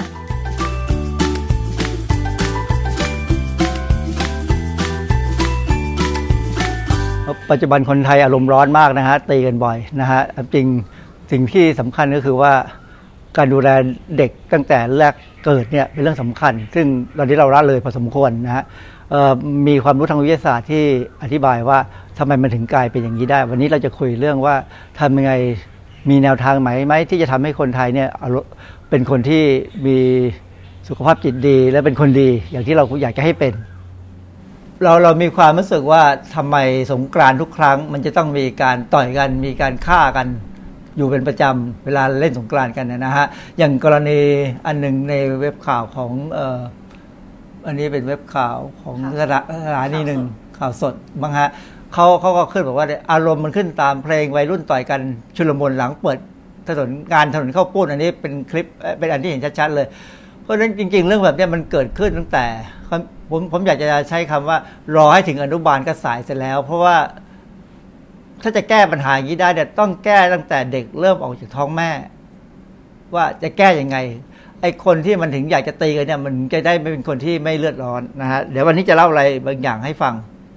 [SPEAKER 5] ปัจจุบันคนไทยอารมณ์ร้อนมากนะฮะตีกันบ่อยนะฮะจริงสิ่งที่สำคัญก็คือว่าการดูแลเด็กตั้งแต่แรกเกิดเนี่ยเป็นเรื่องสำคัญซึ่งตอนนี้เราละเลยพอสมควรนะฮะมีความรู้ทางวิทยาศาสตร์ที่อธิบายว่าทำไมมันถึงกลายเป็นอย่างนี้ได้วันนี้เราจะคุยเรื่องว่าทำยังไงมีแนวทางไหมที่จะทำให้คนไทยเนี่ยเป็นคนที่มีสุขภาพจิตดีและเป็นคนดีอย่างที่เราอยากจะให้เป็นเรามีความรู้สึกว่าทำไมสงกรานต์ทุกครั้งมันจะต้องมีการต่อยกันมีการฆ่ากันอยู่เป็นประจำเวลาเล่นสงกรานต์กันนะฮะอย่างกรณีอันหนึ่งในเว็บข่าวของอันนี้เป็นเว็บข่าวของสถานีหนึ่งข่าวสดบ้างฮะเขาก็ขึ้นบอกว่าอารมณ์มันขึ้นตามเพลงวัยรุ่นต่อยกันชุลมุนหลังเปิดถนนข้าวปุ้นอันนี้เป็นคลิปเป็นอันที่เห็นชัดๆเลยเพราะฉะนั้นจริงๆเรื่องแบบนี้มันเกิดขึ้นตั้งแต่ผมอยากจะใช้คำว่ารอให้ถึงอนุบาลก็สายเสร็จแล้วเพราะว่าถ้าจะแก้ปัญหาอย่างนี้ได้เนี่ยต้องแก้ตั้งแต่เด็กเริ่มออกจากท้องแม่ว่าจะแก้ยังไงไอ้คนที่มันถึงอยากจะตีกันเนี่ยมันจะได้ไม่เป็นคนที่ไม่เลือดร้อนนะฮะเดี๋ยววันนี้จะเล่าอะไรบางอย่างให้ฟัง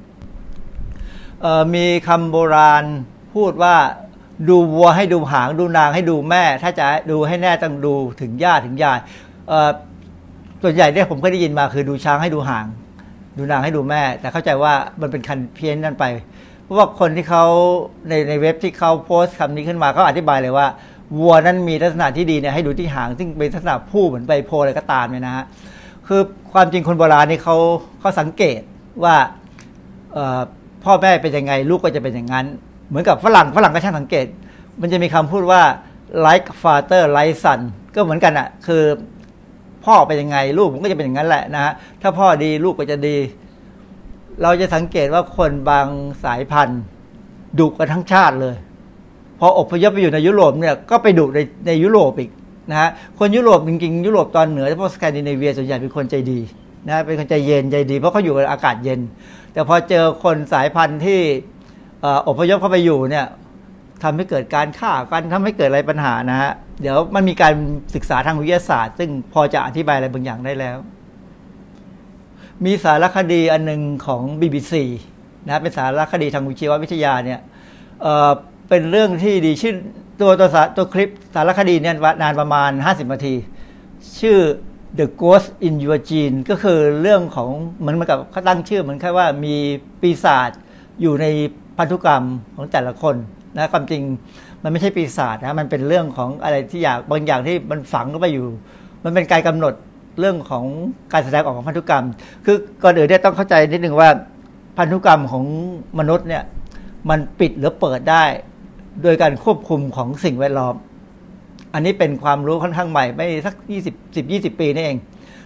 [SPEAKER 5] มีคำโบราณพูดว่าดูวัวให้ดูหางดูนางให้ดูแม่ถ้าจะดูให้แน่ต้องดูถึงย่าถึงยายส่วนใหญ่เนี่ยผมเคยได้ยินมาคือดูช้างให้ดูหางดูนางให้ดูแม่แต่เข้าใจว่ามันเป็นคันเพี้ยนนั่นไปเพราะว่าคนที่เขาในเว็บที่เขาโพสต์คำนี้ขึ้นมาเขาอธิบายเลยว่าวัวนั้นมีลักษณะที่ดีเนี่ยให้ดูที่หางซึ่งเป็นลักษณะผู้เหมือนใบโพอะไรก็ตามเนี่ยนะฮะคือความจริงคนโบราณนี่เขาสังเกตว่าพ่อแม่เป็นยังไงลูกก็จะเป็นอย่างนั้นเหมือนกับฝรั่งก็ช่างสังเกตมันจะมีคำพูดว่า like father like son ก็เหมือนกันอ่ะคือพ่อเป็นยังไงลูกผมก็จะเป็นอย่างนั้นแหละนะฮะถ้าพ่อดีลูกก็จะดีเราจะสังเกตว่าคนบางสายพันธุ์ดุกันทั้งชาติเลยพออพยพไปอยู่ในยุโรปเนี่ยก็ไปดุในยุโรปอีกนะฮะคนยุโรปจริงๆยุโรปตอนเหนือพวกสแกนดิเนเวียส่วนใหญ่เป็นคนใจดีนะเป็นคนใจเย็นใจดีเพราะเขาอยู่ในอากาศเย็นแต่พอเจอคนสายพันธุ์ที่อพยพเข้าไปอยู่เนี่ยทำให้เกิดการฆ่ากันทำให้เกิดอะไรปัญหานะฮะเดี๋ยวมันมีการศึกษาทางวิทยาศาสตร์ซึ่งพอจะอธิบายอะไรบางอย่างได้แล้วมีสารคดีอันนึงของ BBC นะเป็นสารคดีทางชีววิทยาเนี่ยเป็นเรื่องที่ดีชื่อตัวคลิปสารคดีเนี่ยนานประมาณ50นาทีชื่อ The Ghost in Your Gene ก็คือเรื่องของเหมือนกับเขาตั้งชื่อเหมือนแค่ว่ามีปีศาจอยู่ในพันธุกรรมของแต่ละคนนะความจริงมันไม่ใช่ปีศาจนะมันเป็นเรื่องของอะไรที่บางอย่างที่มันฝังเข้าไปอยู่มันเป็นการกำหนดเรื่องของการแสดงออกของพันธุกรรมคือก่อนอื่นเนี่ยต้องเข้าใจนิดนึงว่าพันธุกรรมของมนุษย์เนี่ยมันปิดหรือเปิดได้โดยการควบคุมของสิ่งแวดล้อมอันนี้เป็นความรู้ค่อนข้างใหม่ไม่สัก20 ปีนี่เอง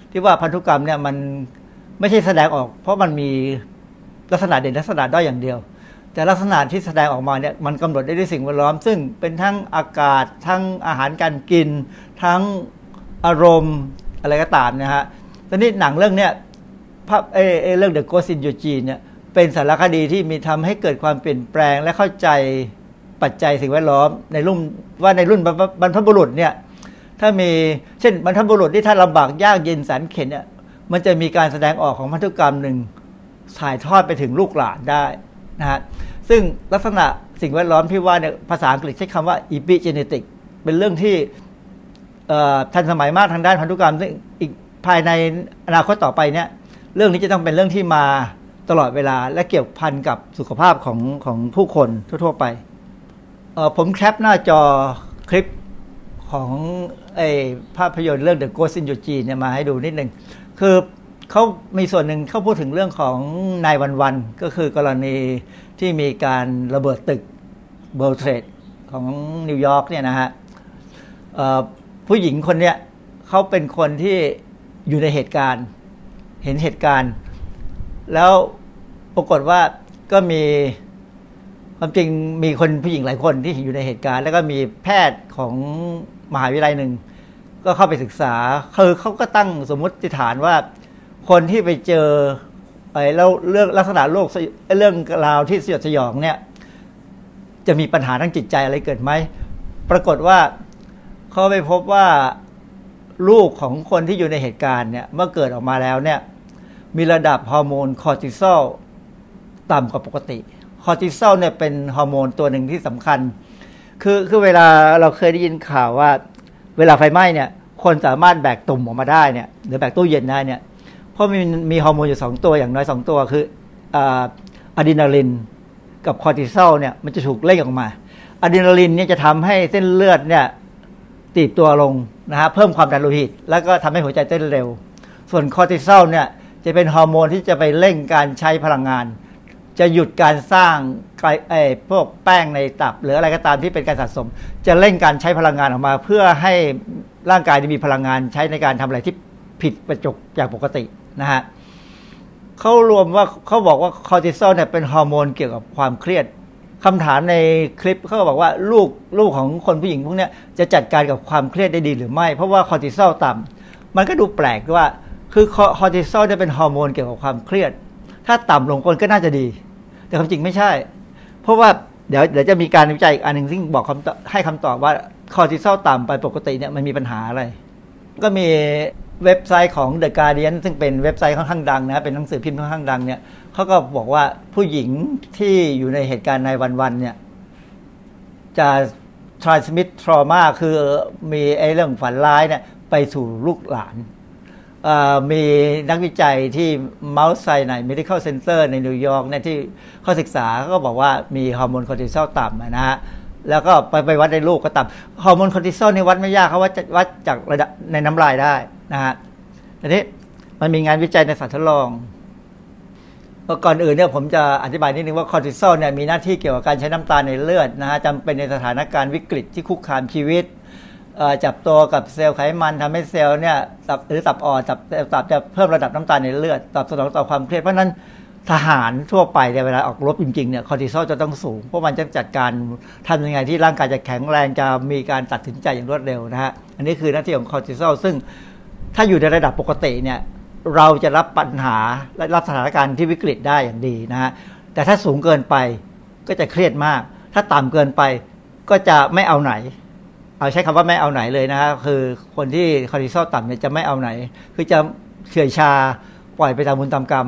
[SPEAKER 5] ที่ว่าพันธุกรรมเนี่ยมันไม่ใช่แสดงออกเพราะมันมีลักษณะเด่นลักษณะด้อยอย่างเดียวแต่ลักษณะที่แสดงออกมาเนี่ยมันกำหนดได้ด้วยสิ่งแวดล้อมซึ่งเป็นทั้งอากาศทั้งอาหารการกินทั้งอารมณ์อะไรก็ตามนะฮะตอนนี้หนังเรื่องเนี้ยภาพเรื่อง The Ghost in Your Gene เนี่ยเป็นสารคดีที่มีทำให้เกิดความเปลี่ยนแปลงและเข้าใจปัจจัยสิ่งแวดล้อมในรุ่นบรรพบุรุษเนี่ยถ้ามีเช่นบรรพบุรุษที่ถ้าลำบากยากเย็นแสนเข็ญเนี่ยมันจะมีการแสดงออกของพันธุกรรมหนึ่งถ่ายทอดไปถึงลูกหลานได้นะฮะซึ่งลักษณะสิ่งแวดล้อมที่ว่าเนี่ยภาษาอังกฤษใช้คำว่า epigenetic เป็นเรื่องที่ทันสมัยมากทางด้านพันธุกรรมซึ่งอีกภายในอนาคตต่อไปเนี่ยเรื่องนี้จะต้องเป็นเรื่องที่มาตลอดเวลาและเกี่ยวพันกับสุขภาพของผู้คนทั่วๆไปผมแคปหน้าจอคลิปของภาพยนตร์เรื่อง The Ghost in Your Gene เนี่ยมาให้ดูนิดนึงคือเขามีส่วนหนึ่งเขาพูดถึงเรื่องของนายวันก็คือกรณีที่มีการระเบิดตึก World Trade ของนิวยอร์กเนี่ยนะฮะผู้หญิงคนเนี้ยเขาเป็นคนที่อยู่ในเหตุการณ์เห็นเหตุการณ์แล้วปรากฏว่าก็มีความจริงมีคนผู้หญิงหลายคนที่อยู่ในเหตุการณ์แล้วก็มีแพทย์ของมหาวิทยาลัยหนึ่งก็เข้าไปศึกษาคือเขาก็ตั้งสมมติฐานว่าคนที่ไปเจอแล้วเรื่องลักษณะโรคเรื่องราวที่สยดสยองเนี่ยจะมีปัญหาทางจิตใจอะไรเกิดไหมปรากฏว่าเขาไปพบว่าลูกของคนที่อยู่ในเหตุการณ์เนี่ยเมื่อเกิดออกมาแล้วเนี่ยมีระดับฮอร์โมนคอร์ติซอลต่ำกว่าปกติคอร์ติซอลเนี่ยเป็นฮอร์โมนตัวหนึ่งที่สำคัญคือเวลาเราเคยได้ยินข่าวว่าเวลาไฟไหม้เนี่ยคนสามารถแบกตุ่มออกมาได้เนี่ยหรือแบกตู้เย็นได้เนี่ยเพราะมีฮอร์โมนอยู่2ตัวอย่างน้อย2ตัวคืออะดรีนาลินกับคอร์ติซอลเนี่ยมันจะถูกเร่งออกมาอะดรีนาลินเนี่ยจะทำให้เส้นเลือดเนี่ยตีบตัวลงนะฮะเพิ่มความดันโลหิตแล้วก็ทำให้หัวใจเต้นเร็วส่วนคอร์ติซอลเนี่ยจะเป็นฮอร์โมนที่จะไปเร่งการใช้พลังงานจะหยุดการสร้างพวกแป้งในตับหรืออะไรก็ตามที่เป็นการสะสมจะเร่งการใช้พลังงานออกมาเพื่อให้ร่างกายมีพลังงานใช้ในการทำอะไรที่ผิดจากปกตินะฮะเขาบอกว่าคอร์ติซอลเนี่ยเป็นฮอร์โมนเกี่ยวกับความเครียดคำถามในคลิปเขาบอกว่าลูกของคนผู้หญิงพวกนี้จะจัดการกับความเครียดได้ดีหรือไม่เพราะว่าคอร์ติซอลต่ำมันก็ดูแปลกว่าคือคอร์ติซอลเนี่ยเป็นฮอร์โมนเกี่ยวกับความเครียดถ้าต่ำลงคนก็น่าจะดีแต่ความจริงไม่ใช่เพราะว่าเดี๋ยวจะมีการวิจัยอีกอันหนึ่งซึ่งบอกให้คำตอบว่าคอร์ติซอลต่ำไปปกติเนี่ยมันมีปัญหาอะไรก็มีเว็บไซต์ของ The Guardian ซึ่งเป็นเว็บไซต์ค่อนข้างดังนะเป็นหนังสือพิมพ์ค่อนข้างดังเนี่ยเขาก็บอกว่าผู้หญิงที่อยู่ในเหตุการณ์ในวันเนี่ยจะ transmit trauma คือมีเรื่องฝันร้ายเนี่ยไปสู่ลูกหลานมีนักวิจัยที่ Mount Sinai Medical Center ในนิวยอร์กเนี่ยที่เขาศึกษาก็บอกว่ามีฮอร์โมนคอร์ติซอลต่ำนะฮะแล้วก็ไปวัดในลูกก็ต่ำฮอร์โมนคอร์ติซอลนี่วัดไม่ยากเขาวัดจากระดับในน้ำลายได้นะฮะทีนี้มันมีงานวิจัยในสัตว์ทดลองก่อนอื่นเนี่ยผมจะอธิบายนิดนึงว่าคอร์ติซอลเนี่ยมีหน้าที่เกี่ยวกับการใช้น้ำตาลในเลือดนะฮะจำเป็นในสถานการณ์วิกฤตที่คุกคามชีวิตจับตัวกับเซลล์ไขมันทำให้เซลล์เนี่ยตับอ่อนตับจะเพิ่มระดับน้ำตาลในเลือดตอบสนองต่อความเครียดเพราะนั้นทหารทั่วไปเนี่ยเวลาออกรบจริงๆเนี่ยคอร์ติซอลจะต้องสูงเพราะมันจะจัดการทำยังไงที่ร่างกายจะแข็งแรงจะมีการตัดสินใจอย่างรวดเร็วนะฮะอันนี้คือหน้าที่ของคอร์ติซอลซึ่งถ้าอยู่ในระดับปกติเนี่ยเราจะรับปัญหาและรับสถานการณ์ที่วิกฤตได้อย่างดีนะฮะแต่ถ้าสูงเกินไปก็จะเครียดมากถ้าต่ำเกินไปก็จะไม่เอาไหนเอาใช้คำว่าไม่เอาไหนเลยนะฮะคือคนที่คอร์ติซอลต่ำเนี่ยจะไม่เอาไหนคือจะเฉื่อยชาปล่อยไปตามบุญตามกรรม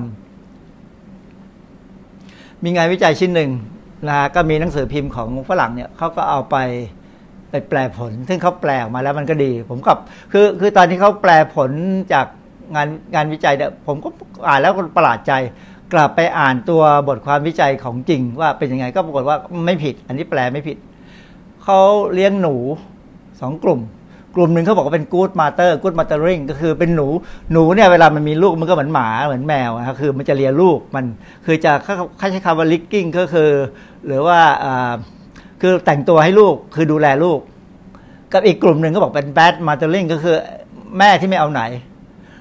[SPEAKER 5] มีงานวิจัยชิ้นหนึ่งนะฮะก็มีหนังสือพิมพ์ของฝรั่งเนี่ยเขาก็เอาไปแปลผลซึ่งเขาแปลออกมาแล้วมันก็ดีผมกับคือตอนที่เขาแปลผลจากงานวิจัยเนี่ยผมก็อ่านแล้วก็ประหลาดใจกลับไปอ่านตัวบทความวิจัยของจริงว่าเป็นยังไงก็ปรากฏว่าไม่ผิดอันนี้แปลไม่ผิดเขาเลี้ยงหนู2 กลุ่มหนึ่งเขาบอกว่าเป็น good mothering ก็คือเป็นหนูเนี่ยเวลามันมีลูกมันก็เหมือนหมาเหมือนแมวนะครับคือมันจะเลียลูกมันคือจะเขาใช้คำว่า licking ก็คือหรือว่าคือแต่งตัวให้ลูกคือดูแลลูกกับอีกกลุ่มหนึ่งก็บอกเป็น bad mothering ก็คือแม่ที่ไม่เอาไหน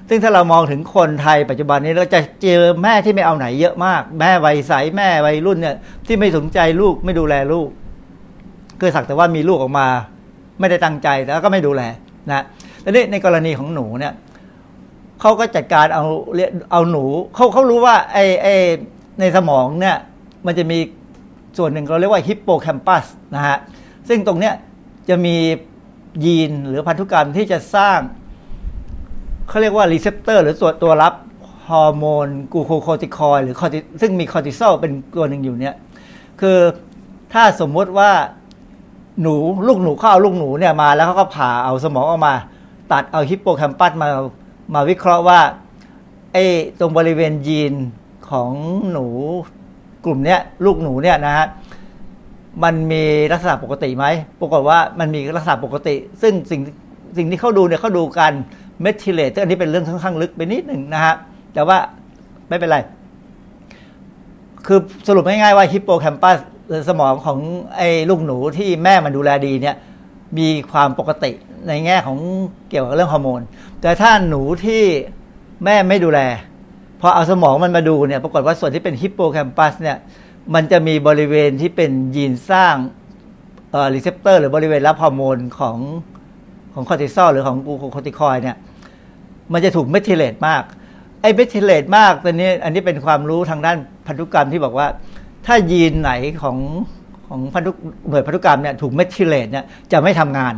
[SPEAKER 5] ซึ่งถ้าเรามองถึงคนไทยปัจจุบันนี้เราจะเจอแม่ที่ไม่เอาไหนเยอะมากแม่วัยใสแม่วัยรุ่นเนี่ยที่ไม่สนใจลูกไม่ดูแลลูกคือสักแต่ว่ามีลูกออกมาไม่ได้ตั้งใจแล้วก็ไม่ดูแลนะแต่นี่ในกรณีของหนูเนี่ยเขาก็จัดการเอาหนูเขารู้ว่าไอในสมองเนี่ยมันจะมีส่วนหนึ่งเราเรียกว่าฮิปโปแคมปัสนะฮะซึ่งตรงเนี้ยจะมียีนหรือพันธุกรรมที่จะสร้างเขาเรียกว่ารีเซปเตอร์หรือตัวรับฮอร์โมนกลูโคคอร์ติคอยด์หรือซึ่งมีคอร์ติซอลเป็นตัวหนึ่งอยู่เนี่ยคือถ้าสมมติว่าลูกหนูเขาเอาลูกหนูเนี่ยมาแล้วเขาก็ผ่าเอาสมองออกมาตัดเอาฮิปโปแคมปัสมาวิเคราะห์ว่าไอ้ตรงบริเวณยีนของหนูกลุ่มเนี้ยลูกหนูเนี่ยนะฮะมันมีลักษณะปกติไหมปรากฏว่ามันมีลักษณะปกติซึ่งสิ่งที่เขาดูเนี่ยเขาดูกันเมทิเลตอันนี้เป็นเรื่องค่อนข้างลึกไปนิดหนึ่งนะฮะแต่ว่าไม่เป็นไรคือสรุปง่ายๆว่าฮิปโปแคมปัสสมองของไอ้ลูกหนูที่แม่มันดูแลดีเนี่ยมีความปกติในแง่ของเกี่ยวกับเรื่องฮอร์โมนแต่ถ้าหนูที่แม่ไม่ดูแลพอเอาสมองมันมาดูเนี่ยปรากฏว่าส่วนที่เป็นฮิปโปแคมปัสเนี่ยมันจะมีบริเวณที่เป็นยีนสร้างรีเซปเตอร์หรือบริเวณรับฮอร์โมนของคอร์ติซอลหรือของกลูโคคอร์ติคอยด์เนี่ยมันจะถูกเมทิเลตมากไอ้เมทิเลตมากตัวนี้อันนี้เป็นความรู้ทางด้านพันธุกรรมที่บอกว่าถ้ายีนไหนของหน่วยพันธุกรรมเนี่ยถูกเมทิเลตเนี่ยจะไม่ทำงาน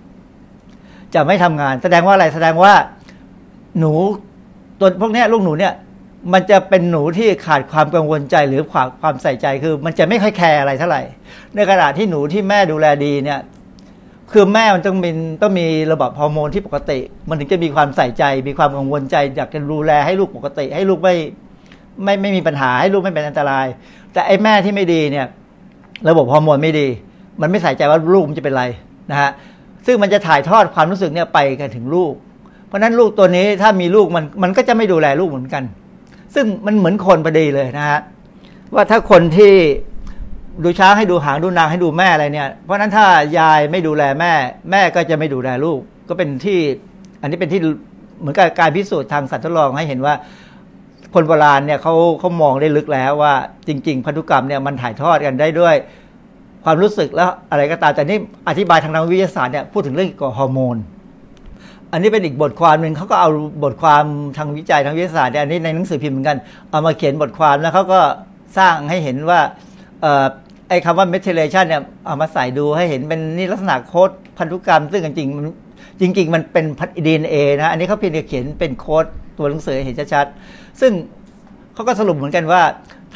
[SPEAKER 5] แสดงว่าอะไรแสดงว่าหนูตัวพวกนี้ลูกหนูเนี่ยมันจะเป็นหนูที่ขาดความกังวลใจหรือความใส่ใจคือมันจะไม่ค่อยแคร์อะไรเท่าไหร่ในขณะที่หนูที่แม่ดูแลดีเนี่ยคือแม่มันต้องมีระบบฮอร์โมนที่ปกติมันถึงจะมีความใส่ใจมีความกังวลใจอยากจะดูแลให้ลูกปกติให้ลูกไม่มีปัญหาให้ลูกไม่เป็นอันตรายแต่ไอ้แม่ที่ไม่ดีเนี่ยระบบฮอร์โมนไม่ดีมันไม่ใส่ใจว่าลูกมันจะเป็นไรนะฮะซึ่งมันจะถ่ายทอดความรู้สึกเนี่ยไปกันถึงลูกเพราะนั้นลูกตัวนี้ถ้ามีลูกมันก็จะไม่ดูแลลูกเหมือนกันซึ่งมันเหมือนคนพอดีเลยนะฮะว่าถ้าคนที่ดูช้างให้ดูหางดูนางให้ดูแม่อะไรเนี่ยเพราะนั้นถ้ายายไม่ดูแลแม่ก็จะไม่ดูแลลูกก็เป็นที่อันนี้เป็นที่เหมือนกับการพิสูจน์ทางสัตว์ทดลองให้เห็นว่าคนโบราณเนี่ยเขามองได้ลึกแล้วว่าจริงๆพันธุกรรมเนี่ยมันถ่ายทอดกันได้ด้วยความรู้สึกแล้วอะไรก็ตามแต่นี่อธิบายทางนักวิทยาศาสตร์เนี่ยพูดถึงเรื่องเกี่ยวกับฮอร์โมนอันนี้เป็นอีกบทความหนึ่งเขาก็เอาบทความทางวิจัยทางวิทยาศาสตร์เนี่ยอันนี้ในหนังสือพิมพ์เหมือนกันเอามาเขียนบทความแล้วเขาก็สร้างให้เห็นว่าไอ้คำว่า methylation เนี่ยเอามาใส่ดูให้เห็นเป็นนี่ลักษณะโค้ดพันธุกรรมซึ่งจริงมันเป็น DNA นะอันนี้เขาเพียงแต่เขียนเป็นโค้ดตัวหนังสือเห็นชัดๆซึ่งเขาก็สรุปเหมือนกันว่า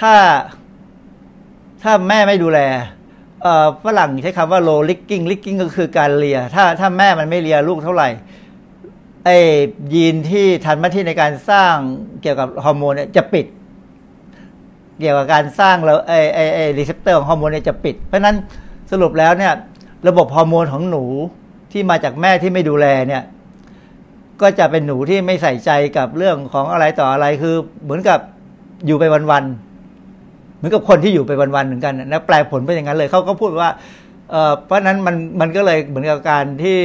[SPEAKER 5] ถ้าแม่ไม่ดูแลฝรั่งใช้คำว่า low licking ก็คือการเลียถ้าแม่มันไม่เลียลูกเท่าไหร่ไอ้ยีนที่ทำหน้าที่ในการสร้างเกี่ยวกับฮอร์โมนเนี่ยจะปิดเกี่ยวกับการสร้างแล้วไอ้รีเซปเตอร์ของฮอร์โมนเนี่ยจะปิดเพราะนั้นสรุปแล้วเนี่ยระบบฮอร์โมนของหนูที่มาจากแม่ที่ไม่ดูแลเนี่ยก็จะเป็นหนูที่ไม่ใส่ใจกับเรื่องของอะไรต่ออะไรคือเหมือนกับอยู่ไปวันๆเหมือนกับคนที่อยู่ไปวันๆเหมือนกันนะแปลผลเป็นอย่างนั้นเลยเขาก็พูดว่าเพราะนั้นมันก็เลยเหมือนกับการที่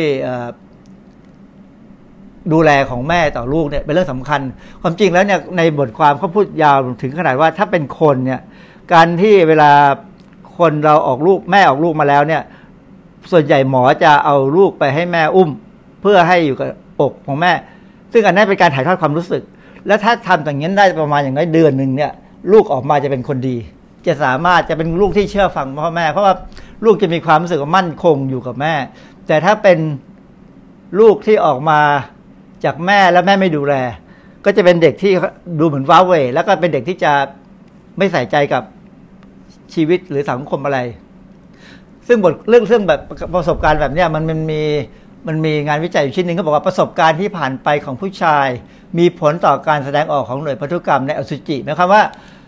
[SPEAKER 5] ดูแลของแม่ต่อลูกเนี่ยเป็นเรื่องสำคัญความจริงแล้วเนี่ยในบทความเขาพูดยาวถึงขนาดว่าถ้าเป็นคนเนี่ยการที่เวลาคนเราออกลูกแม่ออกลูกมาแล้วเนี่ยส่วนใหญ่หมอจะเอาลูกไปให้แม่อุ้มเพื่อให้อยู่กับอกของแม่ซึ่งอันนั้นเป็นการถ่ายทอดความรู้สึกแล้วถ้าทำอย่างนี้ได้ประมาณอย่างน้อยเดือนนึงเนี่ยลูกออกมาจะเป็นคนดีจะสามารถจะเป็นลูกที่เชื่อฟังพ่อแม่เพราะว่าลูกจะมีความรู้สึกว่ามั่นคงอยู่กับแม่แต่ถ้าเป็นลูกที่ออกมาจากแม่แล้วแม่ไม่ดูแลก็จะเป็นเด็กที่ดูเหมือนว้าเหวแล้วก็เป็นเด็กที่จะไม่ใส่ใจกับชีวิตหรือสังคมอะไรซึ่งเรื่องแบบประสบการณ์แบบนี้มันมีงานวิจัยอยู่ชิ้นหนึ่งเขาบอกว่าประสบการณ์ที่ผ่านไปของผู้ชายมีผลต่อการแสดงออกของหน่วยพันธุกรรมในอสุจิหมายความว่า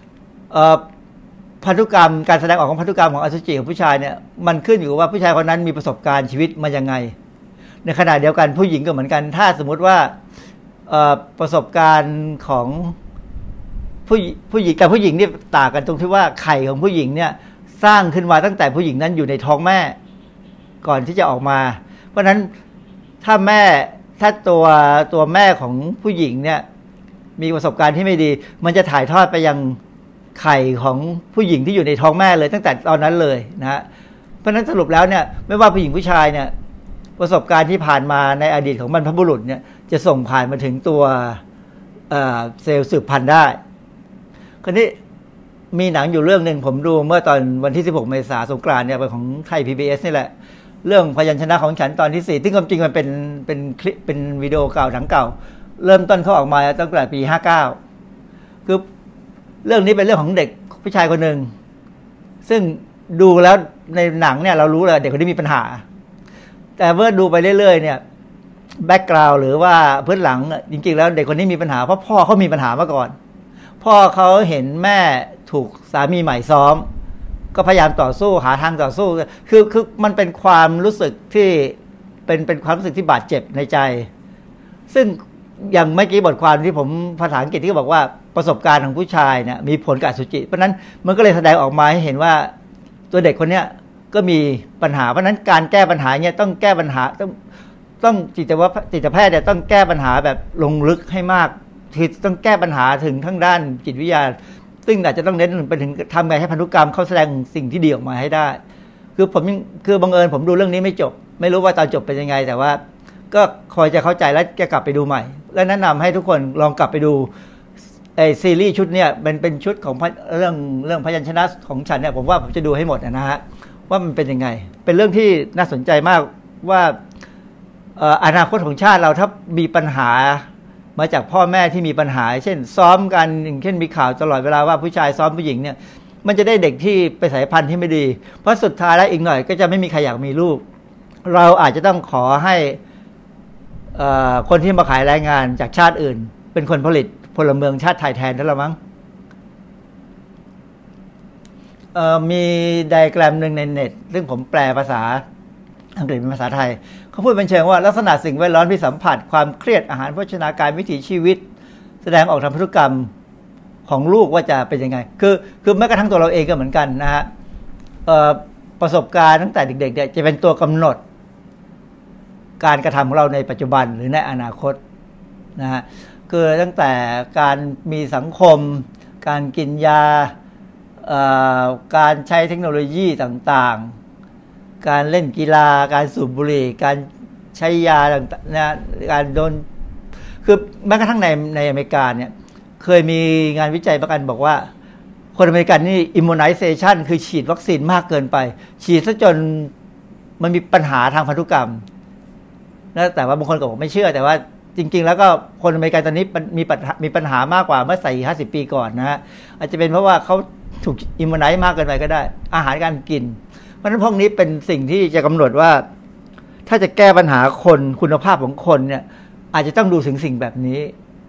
[SPEAKER 5] พันธุกรรมการแสดงออกของพันธุกรรมของอสุจิของผู้ชายเนี่ยมันขึ้นอยู่กับว่าผู้ชายคนนั้นมีประสบการณ์ชีวิตมายังไงในขณะเดียวกันผู้หญิงก็เหมือนกันถ้าสมมุติว่าประสบการณ์ของผู้หญิงกับผู้หญิงนี่ต่างกันตรงที่ว่าไข่ของผู้หญิงเนี่ยสร้างขึ้นมาตั้งแต่ผู้หญิงนั้นอยู่ในท้องแม่ก่อนที่จะออกมาเพราะฉะนั้นถ้าแม่ถ้าตัวแม่ของผู้หญิงเนี่ยมีประสบการณ์ที่ไม่ดีมันจะถ่ายทอดไปยังไข่ของผู้หญิงที่อยู่ในท้องแม่เลยตั้งแต่ตอนนั้นเลยนะฮะเพราะฉะนั้นสรุปแล้วเนี่ยไม่ว่าผู้หญิงผู้ชายเนี่ยประสบการณ์ที่ผ่านมาในอดีตของบรรพบุรุษเนี่ยจะส่งผ่านมาถึงตัวเซลล์สืบพันธุ์ได้คราวนี้มีหนังอยู่เรื่องหนึ่งผมดูเมื่อตอนวันที่16เมษายนสงกรานต์เนี่ยเป็นของไทย PBS นี่แหละเรื่องพยัญชนะของฉันตอนที่4ที่ความจริงมันเป็นคลิปเป็นวิดีโอเก่าหนังเก่าเริ่มต้นเขาออกมาตั้งแต่ปี59คือเรื่องนี้เป็นเรื่องของเด็กผู้ชายคนหนึ่งซึ่งดูแล้วในหนังเนี่ยเรารู้เลยเด็กคนนี้มีปัญหาแต่เมื่อดูไปเรื่อยๆเนี่ยแบ็กกราวด์หรือว่าพื้นหลังจริงๆแล้วเด็กคนนี้มีปัญหาเพราะพ่อเขามีปัญหามาก่อนพ่อเขาเห็นแม่ถูกสามีใหม่ซ้อมก็พยายามต่อสู้หาทางต่อสู้คือมันเป็นความรู้สึกที่เป็นความรู้สึกที่บาดเจ็บในใจซึ่งอย่างเมื่อกี้บทความที่ผมภาษาอังกฤษที่บอกว่าประสบการณ์ของผู้ชายเนี่ยมีผลกับอสุจิเพราะนั้นมันก็เลยแสดงออกมาให้เห็นว่าตัวเด็กคนเนี้ยก็มีปัญหาเพราะนั้นการแก้ปัญหาเนี่ยต้องแก้ปัญหาต้องจิตแพทย์เนี่ยต้องแก้ปัญหาแบบลงลึกให้มากคือต้องแก้ปัญหาถึงทั้งด้านจิตวิทยาซึ่งอาจจะต้องเน้นไปถึงทำไงให้พันธุกรรมเขาแสดงสิ่งที่ดีออกมาให้ได้คือบังเอิญผมดูเรื่องนี้ไม่จบไม่รู้ว่าตอนจบเป็นยังไงแต่ว่าก็คอยจะเข้าใจแล้วจะกลับไปดูใหม่และแนะนำให้ทุกคนลองกลับไปดูไอซีรีส์ชุดเนี่ยเป็นชุดของเรื่องพยัญชนะของฉันเนี่ยผมว่าผมจะดูให้หมดนะฮะว่ามันเป็นยังไงเป็นเรื่องที่น่าสนใจมากว่าอนาคตของชาติเราถ้ามีปัญหามาจากพ่อแม่ที่มีปัญหาเช่นซ้อมกันอย่างเช่นมีข่าวตลอดเวลาว่าผู้ชายซ้อมผู้หญิงเนี่ยมันจะได้เด็กที่ไปสายพันธุ์ที่ไม่ดีเพราะสุดท้ายแล้วอีกหน่อยก็จะไม่มีใครอยากมีลูกเราอาจจะต้องขอให้คนที่มาขายแรงงานจากชาติอื่นเป็นคนผลิตพลเมืองชาติไทยแทนนั่นแหละมั้งมีไดอะแกรมหนึ่งในเน็ตซึ่งผมแปลภาษาอังกฤษเป็นภาษาไทยเขาพูดเป็นเชิงว่าลักษณะสิ่งแวดล้อมที่สัมผัสความเครียดอาหารโภชนาการวิถีชีวิตแสดงออกทางพันธุกรรมของลูกว่าจะเป็นยังไงคือแม้กระทั่งตัวเราเองก็เหมือนกันนะฮะประสบการณ์ตั้งแต่เด็กๆเนี่ยจะเป็นตัวกำหนดการกระทำของเราในปัจจุบันหรือในอนาคตนะฮะคือตั้งแต่การมีสังคมการกินยาการใช้เทคโนโลยีต่างๆการเล่นกีฬาการสูบบุหรี่การใช้ยาต่างๆนะการโดนคือแม้กระทั่งในอเมริกาเนี่ยเคยมีงานวิจัยประกันบอกว่าคนอเมริกันนี่ immunization คือฉีดวัคซีนมากเกินไปฉีดซะจนมันมีปัญหาทางพันธุกรรมนะแต่ว่าบางคนก็บอกไม่เชื่อแต่ว่าจริงๆแล้วก็คนอเมริกันตอนนี้มีปัญหามากกว่าเมื่อ40-50 ปีก่อนนะฮะอาจจะเป็นเพราะว่าเขาถูกอิมมูไนซ์มากเกินไปก็ได้อาหารการกินเพราะฉะนั้นพวกนี้เป็นสิ่งที่จะกำหนดว่าถ้าจะแก้ปัญหาคนคุณภาพของคนเนี่ยอาจจะต้องดูถึงสิ่งแบบนี้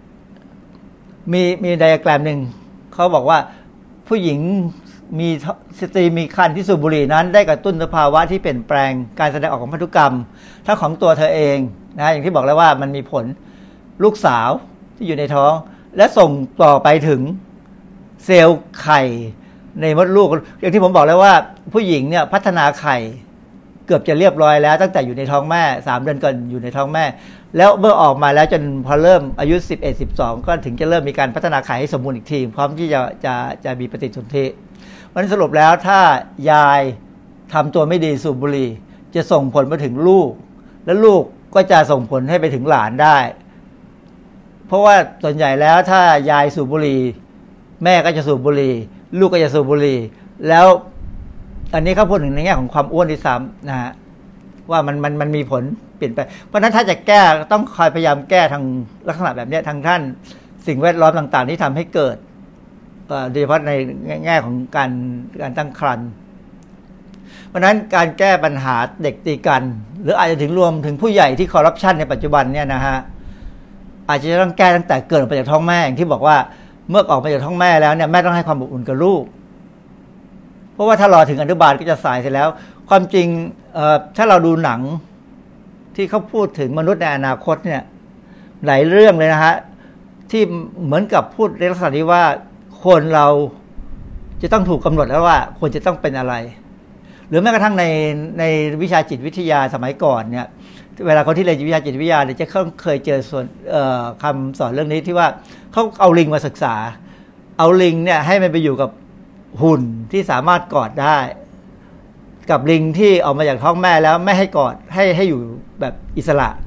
[SPEAKER 5] มีไดอะแกรมหนึ่งเขาบอกว่าผู้หญิงมีสตรีมีครรภ์ที่สูบบุหรี่นั้นได้กระตุ้นสภาวะที่เปลี่ยนแปลงการแสดงออกของพันธุกรรมทั้งของตัวเธอเองนะอย่างที่บอกแล้วว่ามันมีผลลูกสาวที่อยู่ในท้องและส่งต่อไปถึงเซลล์ไข่ในมดลูกอย่างที่ผมบอกแล้วว่าผู้หญิงเนี่ยพัฒนาไข่เกือบจะเรียบร้อยแล้วตั้งแต่อยู่ในท้องแม่3 เดือนก่อนอยู่ในท้องแม่แล้วเมื่อออกมาแล้วจนพอเริ่มอายุ11-12ก็ถึงจะเริ่มมีการพัฒนาไข่ให้สมบูรณ์อีกทีพร้อมที่จะมีปฏิสนธิวันนี้สรุปแล้วถ้ายายทำตัวไม่ดีสูบบุหรี่จะส่งผลมาถึงลูกและลูกก็จะส่งผลให้ไปถึงหลานได้เพราะว่าส่วนใหญ่แล้วถ้ายายสูบบุหรี่แม่ก็จะสูบบุหรี่ลูกก็จะสูบบุหรี่แล้วอันนี้เขาพูดถึงในแง่ของความอ้วนที่ซ้ำนะฮะว่ามันมีผลเปลี่ยนไปเพราะฉะนั้นถ้าจะแก้ต้องคอยพยายามแก้ทางลักษณะแบบนี้ทางท่านสิ่งแวดล้อมต่างๆที่ทำให้เกิดโดยเฉพาะในแง่ของการตั้งครรภ์เพราะฉะนั้นการแก้ปัญหาเด็กตีกันหรืออาจจะถึงรวมถึงผู้ใหญ่ที่คอร์รัปชันในปัจจุบันเนี่ยนะฮะอาจจะต้องแก้ตั้งแต่เกิดออกมาจากท้องแม่อย่างที่บอกว่าเมื่อออกมาจากท้องแม่แล้วเนี่ยแม่ต้องให้ความอบอุ่นกับลูกเพราะว่าถ้ารอถึงอนุบาลก็จะสายเสร็จแล้วความจริงถ้าเราดูหนังที่เขาพูดถึงมนุษย์ในอนาคตเนี่ยหลายเรื่องเลยนะฮะที่เหมือนกับพูดในลักษณะที่ว่าคนเราจะต้องถูกกำหนดแล้วว่าควรจะต้องเป็นอะไรหรือแม้กระทั่งในวิชาจิตวิทยาสมัยก่อนเนี่ยเวลาคนที่เรียนจิตวิทยาเนี่ยจะเคยเจอส่วนคำสอนเรื่องนี้ที่ว่าเขาเอาลิงมาศึกษาเอาลิงเนี่ยให้มันไปอยู่กับหุ่นที่สามารถกอดได้กับลิงที่ออกมาจากท้องแม่แล้วไม่ให้กอดให้อยู่แบบอิสระ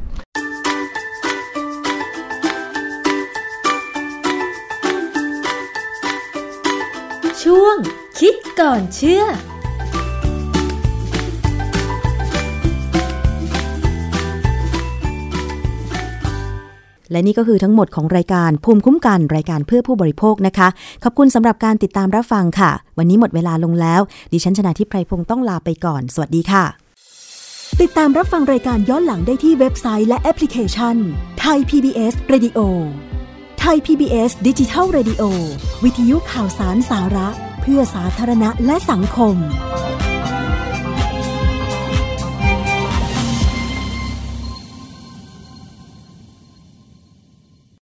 [SPEAKER 4] ช่วงคิดก่อนเชื่อ
[SPEAKER 2] และนี่ก็คือทั้งหมดของรายการภูมิคุ้มกันรายการเพื่อผู้บริโภคนะคะขอบคุณสำหรับการติดตามรับฟังค่ะวันนี้หมดเวลาลงแล้วดิฉันชนาธิป ไพรพงศ์ต้องลาไปก่อนสวัสดีค่ะติดตามรับฟังรายการย้อนหลังได้ที่เว็บไซต์และแอปพลิเคชัน Thai PBS Radio Thai PBS Digital Radio วิทยุข่าวสารสาระเพื่อสาธารณะและสังคม